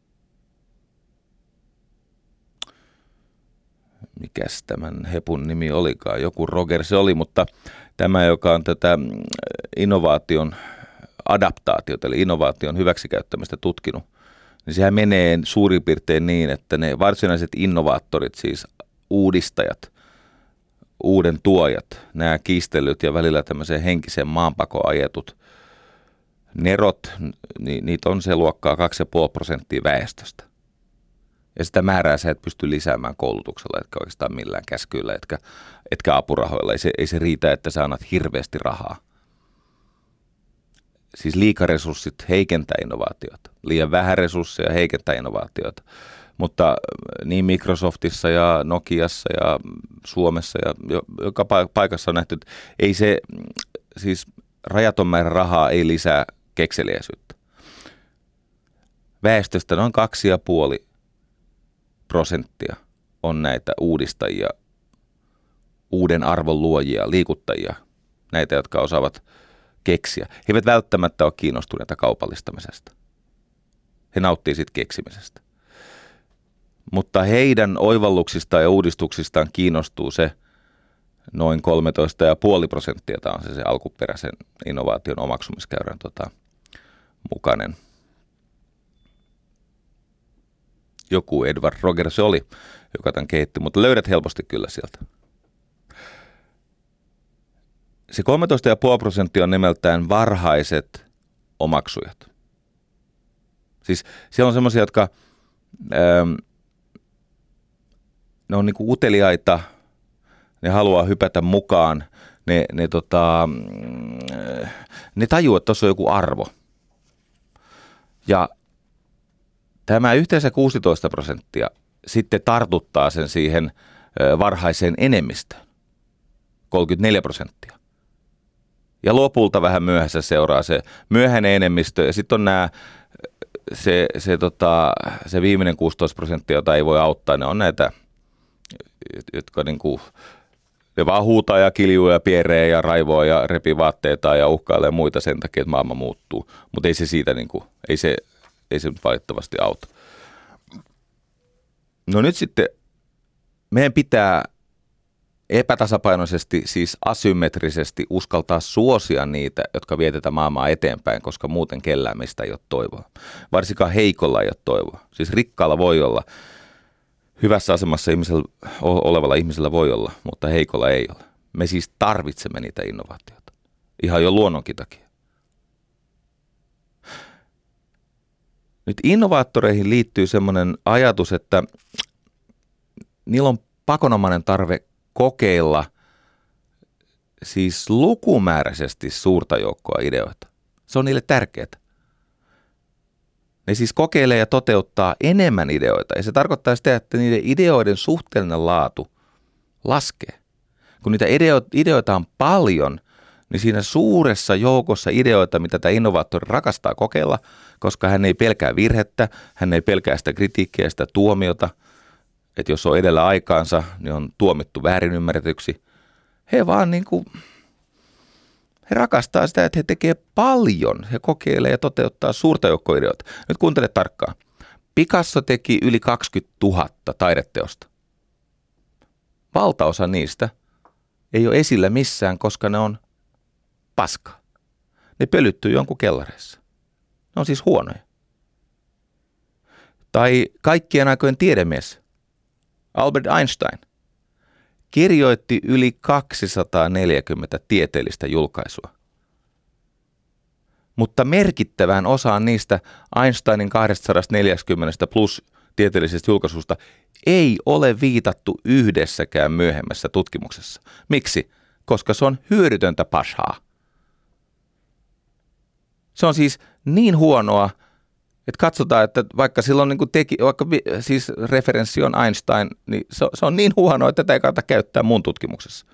Mikäs tämän hepun nimi olikaan, joku Roger se oli, mutta tämä, joka on tätä innovaation adaptaatiota, eli innovaation hyväksikäyttämistä tutkinut, niin sehän menee suurin piirtein niin, että ne varsinaiset innovaattorit, siis uudistajat, uuden tuojat, nämä kiistellyt ja välillä tämmöiseen henkiseen maanpakoon ajetut nerot, niin niitä on se luokkaa kaksi pilkku viisi prosenttia väestöstä. Ja sitä määrää sä et pysty lisäämään koulutuksella, etkä oikeastaan millään käskyillä, etkä, etkä apurahoilla. Ei se, ei se riitä, että sä annat hirveästi rahaa. Siis liikaresurssit heikentää innovaatiota. Liian vähän resursseja heikentää innovaatiota. Mutta niin Microsoftissa ja Nokiassa ja Suomessa ja joka paikassa on nähty, että ei se, siis rajaton määrä rahaa ei lisää kekseliäisyyttä. Väestöstä noin kaksi ja puoli prosenttia on näitä uudistajia, uuden arvon luojia, liikuttajia, näitä, jotka osaavat keksiä. He eivät välttämättä ole kiinnostuneita kaupallistamisesta. He nauttii siitä keksimisestä. Mutta heidän oivalluksistaan ja uudistuksistaan kiinnostuu se noin kolmetoista pilkku viisi prosenttia. Tämä on se, se alkuperäisen innovaation omaksumiskäyrän tota, mukainen. Joku Edward Rogers oli, joka tämän kehitti, mutta löydät helposti kyllä sieltä. Se kolmetoista pilkku viisi prosenttia on nimeltään varhaiset omaksujat. Siis siellä on semmoisia, jotka ähm, ne on niinku uteliaita, ne haluaa hypätä mukaan, ne, ne, tota, ne tajuaa, että tuossa on joku arvo. Ja tämä yhteensä kuusitoista prosenttia sitten tartuttaa sen siihen varhaiseen enemmistöön, kolmekymmentäneljä prosenttia. Ja lopulta vähän myöhässä seuraa se myöhäinen enemmistö ja sitten on nämä, se, se, tota, se viimeinen kuusitoista prosenttia, jota ei voi auttaa, ne on näitä, jotka niinku, ne vaan huutaa ja kiljuu ja pieree ja raivoo ja repii vaatteita ja uhkailee muita sen takia, että maailma muuttuu. Mutta ei se siitä, niinku, ei se, ei se nyt valitettavasti auta. No nyt sitten meidän pitää epätasapainoisesti, siis asymmetrisesti uskaltaa suosia niitä, jotka vietetään maailmaa eteenpäin, koska muuten kellään meistä ei ole toivoa. Varsinkaan heikolla ei ole toivoa. Siis rikkaalla voi olla, hyvässä asemassa ihmisellä, olevalla ihmisellä voi olla, mutta heikolla ei ole. Me siis tarvitsemme niitä innovaatioita. Ihan jo luonnonkin takia. Nyt innovaattoreihin liittyy semmoinen ajatus, että niillä on pakonomainen tarve kokeilla siis lukumääräisesti suurta joukkoa ideoita. Se on niille tärkeää. Ne siis kokeilee ja toteuttaa enemmän ideoita. Ja se tarkoittaa sitä, että niiden ideoiden suhteellinen laatu laskee. Kun niitä ideoita on paljon, niin siinä suuressa joukossa ideoita, mitä tämä innovaattori rakastaa kokeilla, koska hän ei pelkää virhettä, hän ei pelkää sitä kritiikkiä ja sitä tuomiota, että jos on edellä aikaansa, niin on tuomittu väärinymmärretyksi. He vaan niin kuin, he rakastaa sitä, että he tekee paljon. He kokeilee ja toteuttaa suurta joukkoa ideoita. Nyt kuuntele tarkkaan. Picasso teki yli kaksikymmentätuhatta taideteosta. Valtaosa niistä ei ole esillä missään, koska ne on paskaa. Ne pölyttyy jonkun kellareissa. Ne on siis huonoja. Tai kaikkien aikojen tiedemies Albert Einstein kirjoitti yli kaksisataaneljäkymmentä tieteellistä julkaisua. Mutta merkittävään osaan niistä Einsteinin kaksisataaneljäkymmentä plus tieteellisestä julkaisusta ei ole viitattu yhdessäkään myöhemmässä tutkimuksessa. Miksi? Koska se on hyödytöntä pashaa. Se on siis niin huonoa, että katsotaan, että vaikka silloin niin kuin teki, vaikka siis referenssi on Einstein, niin se, se on niin huonoa, että tätä ei kannata käyttää mun tutkimuksessa.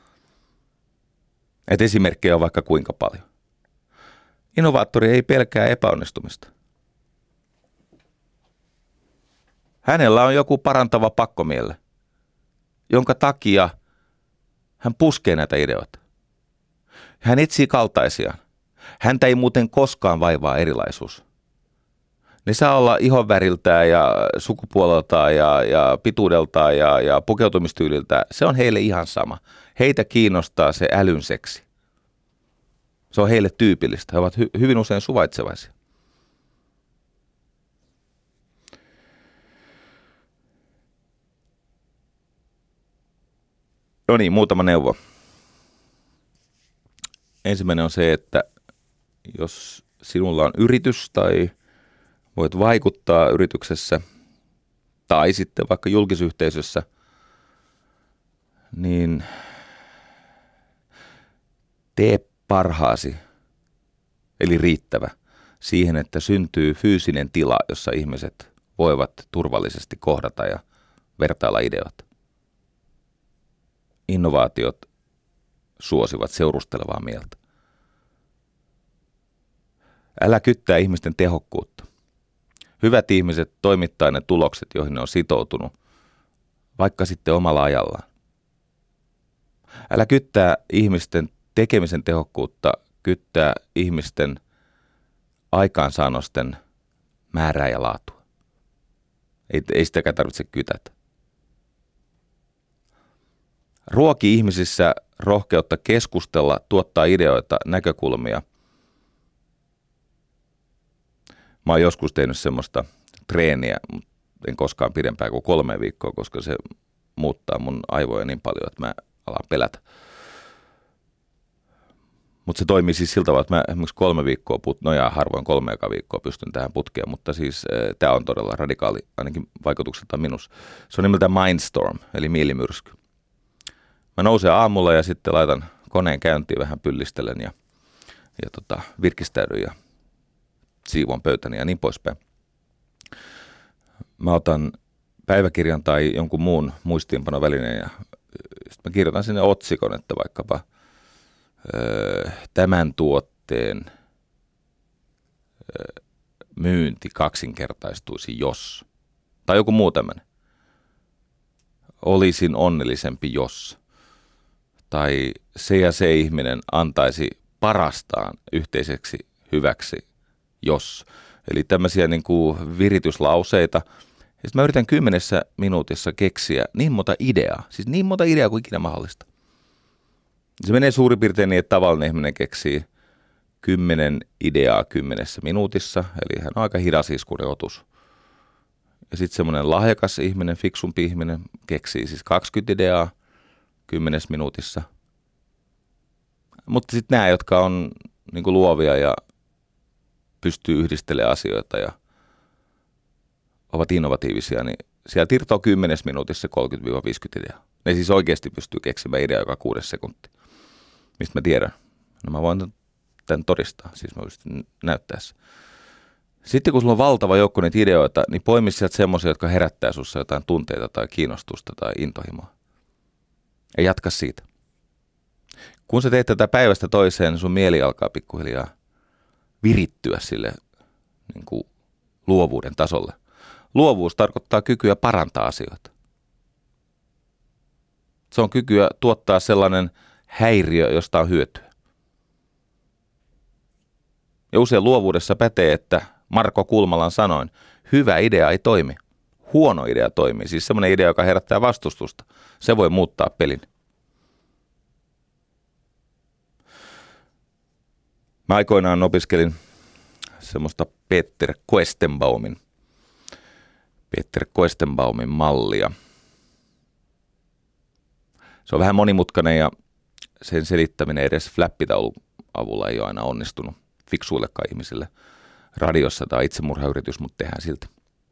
Että esimerkkejä on vaikka kuinka paljon. Innovaattori ei pelkää epäonnistumista. Hänellä on joku parantava pakkomielle, jonka takia hän puskee näitä ideoita. Hän etsii kaltaisiaan. Häntä ei muuten koskaan vaivaa erilaisuus. Ne saa olla ihonväriltään ja sukupuoleltaan ja, ja pituudeltaan ja, ja pukeutumistyyliltään. Se on heille ihan sama. Heitä kiinnostaa se älyn seksi. Se on heille tyypillistä. He ovat hy- hyvin usein suvaitsevaisia. No niin, muutama neuvo. Ensimmäinen on se, että jos sinulla on yritys tai voit vaikuttaa yrityksessä tai sitten vaikka julkisyhteisössä, niin tee parhaasi, eli riittävä, siihen, että syntyy fyysinen tila, jossa ihmiset voivat turvallisesti kohdata ja vertailla ideoita. Innovaatiot suosivat seurustelevaa mieltä. Älä kyttää ihmisten tehokkuutta. Hyvät ihmiset toimittaa ne tulokset, joihin ne on sitoutunut, vaikka sitten omalla ajallaan. Älä kyttää ihmisten tekemisen tehokkuutta, kyttää ihmisten aikaansaannosten määrää ja laatua. Ei, ei sitäkään tarvitse kytätä. Ruoki ihmisissä rohkeutta keskustella, tuottaa ideoita, näkökulmia. Mä oon joskus tehnyt semmoista treeniä, mutta en koskaan pidempään kuin kolme viikkoa, koska se muuttaa mun aivoja niin paljon, että mä alan pelätä. Mutta se toimii siis siltä tavalla, että mä esimerkiksi kolme viikkoa, put- no ja harvoin kolme eka viikkoa pystyn tähän putkeen, mutta siis äh, tämä on todella radikaali, ainakin vaikutukselta minussa. Se on nimeltään Mindstorm, eli mielimyrsky. Mä nousen aamulla ja sitten laitan koneen käyntiin, vähän pyllistelen ja, ja tota, virkistäydyn ja siivoan pöytäni ja niin poispäin. Mä otan päiväkirjan tai jonkun muun muistiinpanovälineen ja sitten mä kirjoitan sinne otsikon, että vaikkapa öö, tämän tuotteen öö, myynti kaksinkertaistuisi jos. Tai joku muu tämmöinen. Olisin onnellisempi jos. Tai se ja se ihminen antaisi parastaan yhteiseksi hyväksi jos. Eli tämmöisiä niin kuin virityslauseita. Ja sitten mä yritän kymmenessä minuutissa keksiä niin monta ideaa, siis niin monta ideaa kuin ikinä mahdollista. Se menee suurin piirtein niin, että tavallinen ihminen keksii kymmenen ideaa kymmenessä minuutissa, eli hän on aika hidas iskuinen otus. Ja sitten semmoinen lahjakas ihminen, fiksumpi ihminen keksii siis kaksikymmentä ideaa kymmenessä minuutissa. Mutta sitten nämä, jotka on niin kuin luovia ja pystyy yhdistelemään asioita ja ovat innovatiivisia, niin sieltä irtoaa kymmenessä minuutissa kolmekymmentä viisikymmentä ideaa. Ne siis oikeasti pystyy keksimään ideaa joka kuudes sekunti. Mistä mä tiedän? No mä voin tämän todistaa, siis mä voisin näyttää se. Sitten kun sulla on valtava joukko niitä ideoita, niin poimi sieltä semmoisia, jotka herättää sussa jotain tunteita tai kiinnostusta tai intohimoa. Ja jatka siitä. Kun sä teet tätä päivästä toiseen, niin sun mieli alkaa pikkuhiljaa virittyä sille niin kuin luovuuden tasolle. Luovuus tarkoittaa kykyä parantaa asioita. Se on kykyä tuottaa sellainen häiriö, josta on hyötyä. Ja usein luovuudessa pätee, että Marko Kulmalan sanoin, hyvä idea ei toimi. Huono idea toimii. Siis semmoinen idea, joka herättää vastustusta. Se voi muuttaa pelin. Mä aikoinaan opiskelin semmoista Peter Koestenbaumin, Peter Koestenbaumin mallia. Se on vähän monimutkainen ja sen selittäminen edes flappitaulun avulla ei ole aina onnistunut fiksuillekaan ihmisille radiossa tai itsemurhayritys, mutta tehdään siltä.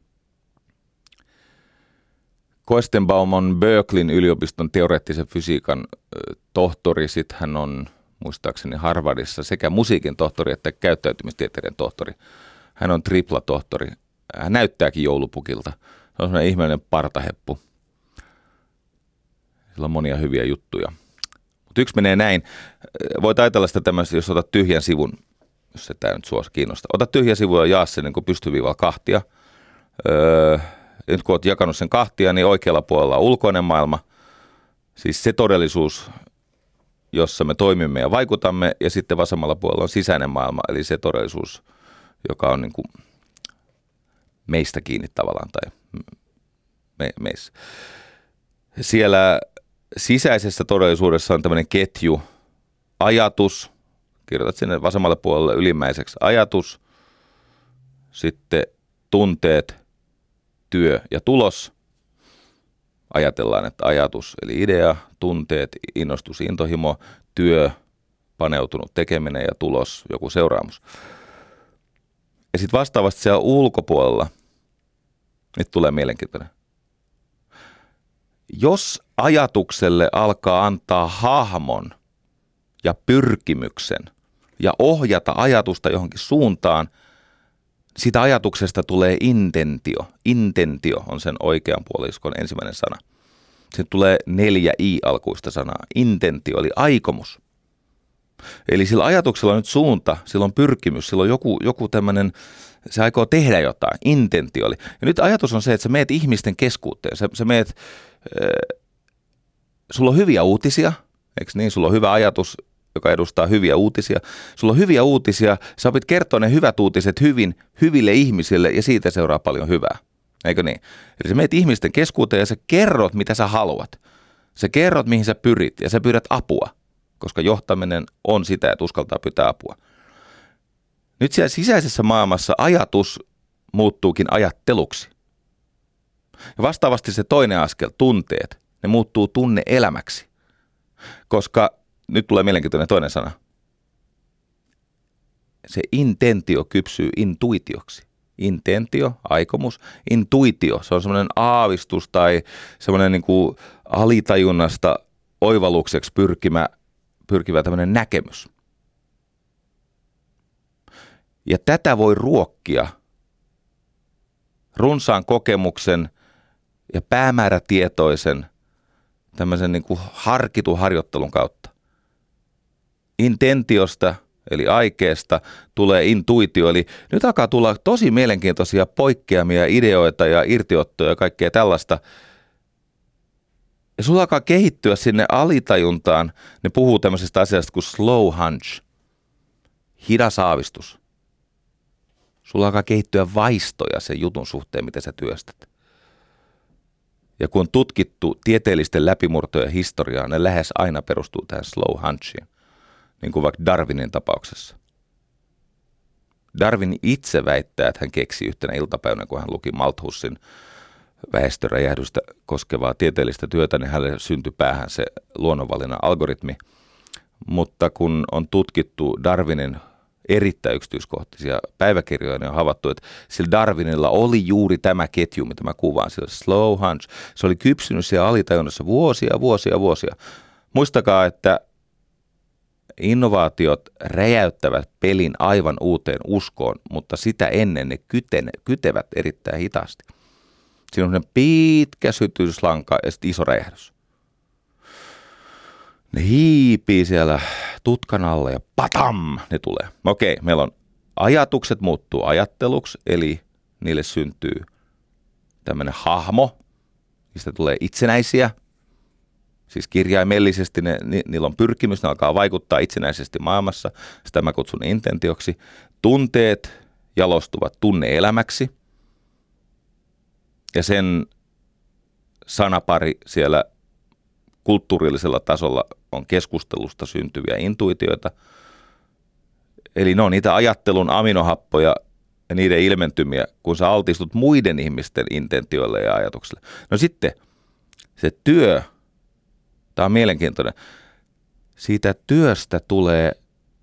Koestenbaum on Berkeleyn yliopiston teoreettisen fysiikan tohtori. Sitten hän on muistaakseni Harvardissa sekä musiikin tohtori että käyttäytymistieteiden tohtori. Hän on triplatohtori. Hän näyttääkin joulupukilta. Se on sellainen ihmeellinen partaheppu. Sillä on monia hyviä juttuja. Mutta yksi menee näin. Voit ajatella sitä tämmöistä, jos otat tyhjän sivun, jos se tämä nyt sua kiinnostaa. Ota tyhjän sivun ja jaa sen niin pystyviivalla kahtia. Öö, nyt kun olet jakanut sen kahtia, niin oikealla puolella on ulkoinen maailma. Siis se todellisuus, jossa me toimimme ja vaikutamme, ja sitten vasemmalla puolella on sisäinen maailma, eli se todellisuus, joka on niin kuin meistä kiinni tavallaan tai me, meissä. Siellä sisäisessä todellisuudessa on tämmöinen ketju, ajatus, kirjoitat sinne vasemmalle puolelle ylimmäiseksi ajatus, sitten tunteet, työ ja tulos. Ajatellaan, että ajatus eli idea, tunteet, innostus, intohimo, työ, paneutunut tekeminen ja tulos, joku seuraamus. Ja sitten vastaavasti siellä ulkopuolella, nyt tulee mielenkiintoinen. Jos ajatukselle alkaa antaa hahmon ja pyrkimyksen ja ohjata ajatusta johonkin suuntaan, siitä ajatuksesta tulee intentio. Intentio on sen oikean puoliskon ensimmäinen sana. Siitä tulee neljä i-alkuista sanaa. Intentio eli aikomus. Eli sillä ajatuksella on nyt suunta, sillä on pyrkimys, sillä on joku, joku tämmöinen, se aikoo tehdä jotain. Intentio oli. Ja nyt ajatus on se, että sä meet ihmisten keskuuteen. Sä, sä meet, äh, sulla on hyviä uutisia, eikö niin? Sulla on hyvä ajatus joka edustaa hyviä uutisia. Sulla on hyviä uutisia, sä opit kertoa ne hyvät uutiset hyvin hyville ihmisille ja siitä seuraa paljon hyvää. Eikö niin? Eli sä meet ihmisten keskuuteen ja sä kerrot, mitä sä haluat. Sä kerrot, mihin sä pyrit ja sä pyydät apua, koska johtaminen on sitä, että uskaltaa pyytää apua. Nyt siellä sisäisessä maailmassa ajatus muuttuukin ajatteluksi. Ja vastaavasti se toinen askel, tunteet, ne muuttuu tunne-elämäksi. Koska, nyt tulee mielenkiintoinen toinen sana, se intentio kypsyy intuitioksi. Intentio, aikomus, intuitio, se on semmoinen aavistus tai semmoinen niin kuin alitajunnasta oivallukseksi pyrkimä, pyrkivä tämmöinen näkemys. Ja tätä voi ruokkia runsaan kokemuksen ja päämäärätietoisen tämmöisen niin kuin harkitun harjoittelun kautta. Intentiosta, eli aikeesta, tulee intuitio. Eli nyt alkaa tulla tosi mielenkiintoisia poikkeamia, ideoita ja irtiottoja ja kaikkea tällaista. Ja sulla alkaa kehittyä sinne alitajuntaan. Ne puhuu tämmöisestä asiasta kuin slow hunch, hidas aavistus. Sulla alkaa kehittyä vaistoja sen jutun suhteen, mitä sä työstät. Ja kun on tutkittu tieteellisten läpimurtojen historiaa, ne lähes aina perustuu tähän slow hunchiin, niin kuin vaikka Darwinin tapauksessa. Darwin itse väittää, että hän keksi yhtenä iltapäivänä, kun hän luki Malthussin väestöräjähdystä koskevaa tieteellistä työtä, niin hänelle syntyi päähän se luonnonvalinnan algoritmi. Mutta kun on tutkittu Darwinin erittäin yksityiskohtaisia päiväkirjoja, niin on havaittu, että sillä Darwinilla oli juuri tämä ketju, mitä mä kuvaan, sillä slow hunch. Se oli kypsynyt siellä alitajunnassa vuosia, vuosia, vuosia. Muistakaa, että innovaatiot räjäyttävät pelin aivan uuteen uskoon, mutta sitä ennen ne kyten, kytevät erittäin hitaasti. Siinä on pitkä sytyslanka ja sitten iso räjähdys. Ne hiipii siellä tutkan alla ja patam, ne tulee. Okei, meillä on ajatukset muuttuu ajatteluksi, eli niille syntyy tämmöinen hahmo, mistä tulee itsenäisiä. Siis kirjaimellisesti ne, ni, niillä on pyrkimys, ne alkaa vaikuttaa itsenäisesti maailmassa. Sitä mä kutsun intentioksi. Tunteet jalostuvat tunne-elämäksi. Ja sen sanapari siellä kulttuurillisella tasolla on keskustelusta syntyviä intuitioita. Eli ne on niitä ajattelun aminohappoja ja niiden ilmentymiä, kun sä altistut muiden ihmisten intentioille ja ajatuksille. No sitten se työ, tämä on mielenkiintoinen, siitä työstä tulee,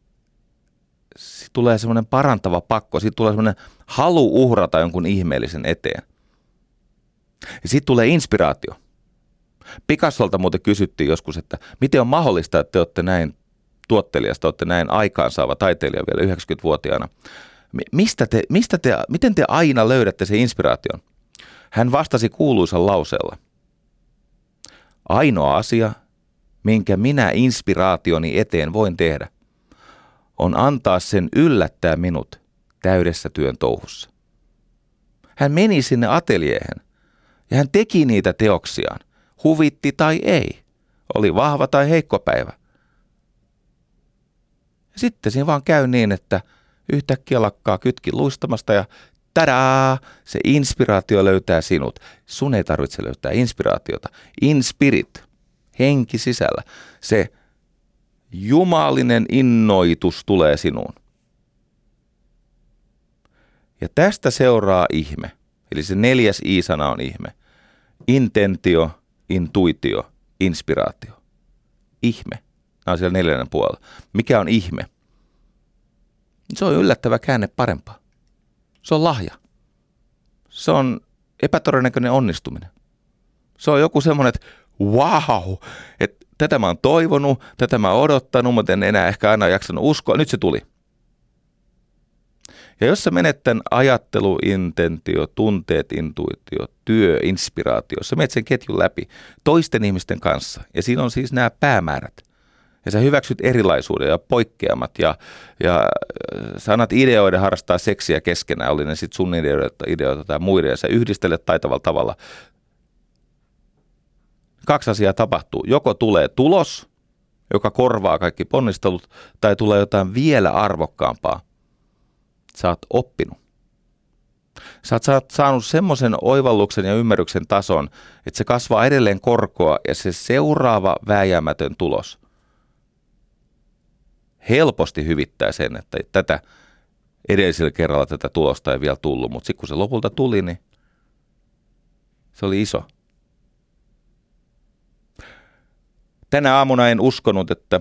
tulee semmoinen parantava pakko, siitä tulee semmoinen halu uhrata jonkun ihmeellisen eteen. Ja siitä tulee inspiraatio. Picassolta muuten kysyttiin joskus, että miten on mahdollista, että te olette näin tuottelijasta, olette näin aikaansaava taiteilija vielä yhdeksänkymmentävuotiaana. Mistä te, mistä te, miten te aina löydätte sen inspiraation? Hän vastasi kuuluisan lauseella. Ainoa asia, minkä minä inspiraationi eteen voin tehdä, on antaa sen yllättää minut täydessä työn touhussa. Hän meni sinne ateljeehen ja hän teki niitä teoksiaan. Huvitti tai ei. Oli vahva tai heikko päivä. Ja sitten siinä vaan käy niin, että yhtäkkiä lakkaa kytki luistamasta ja tadaa, se inspiraatio löytää sinut. Sun ei tarvitse löytää inspiraatiota. In spirit, henki sisällä. Se jumalinen innoitus tulee sinuun. Ja tästä seuraa ihme. Eli se neljäs I-sana on ihme. Intentio, intuitio, inspiraatio. Ihme. Nämä on siellä neljännen puolella. Mikä on ihme? Se on yllättävä käänne parempaa. Se on lahja. Se on epätodennäköinen onnistuminen. Se on joku semmoinen, että wow, että tätä mä oon toivonut, tätä mä oon odottanut, mutta en enää ehkä aina jaksanut uskoa. Nyt se tuli. Ja jos sä menet tämän ajattelu, intentio, tunteet, intuitio, työ, inspiraatio, sä menet sen ketjun läpi toisten ihmisten kanssa. Ja siinä on siis nämä päämäärät. Ja sä hyväksyt erilaisuuden ja poikkeamat ja, ja sä annat ideoiden harrastaa seksiä keskenään, oli ne sitten sun ideoita, ideoita tai muiden, ja sä yhdistelet taitavalla tavalla. Kaksi asiaa tapahtuu. Joko tulee tulos, joka korvaa kaikki ponnistelut, tai tulee jotain vielä arvokkaampaa. Sä oot oppinut. Sä oot saanut semmoisen oivalluksen ja ymmärryksen tason, että se kasvaa edelleen korkoa ja se seuraava vääjäämätön tulos helposti hyvittää sen, että tätä edellisellä kerralla tätä tulosta ei vielä tullut, mutta sitten kun se lopulta tuli, niin se oli iso. Tänä aamuna en uskonut, että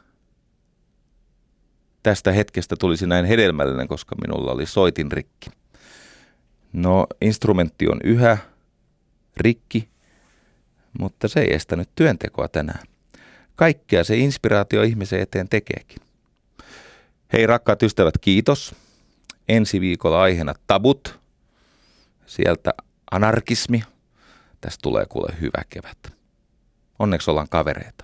tästä hetkestä tulisi näin hedelmällinen, koska minulla oli soitin rikki. No, instrumentti on yhä rikki, mutta se ei estänyt työntekoa tänään. Kaikkea se inspiraatio ihmisen eteen tekeekin. Hei rakkaat ystävät, kiitos. Ensi viikolla aiheena tabut. Sieltä anarkismi. Tästä tulee kuule hyvä kevät. Onneksi ollaan kavereita.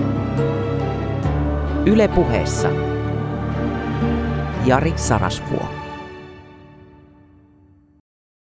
Yle Puheessa Jari Sarasvuo.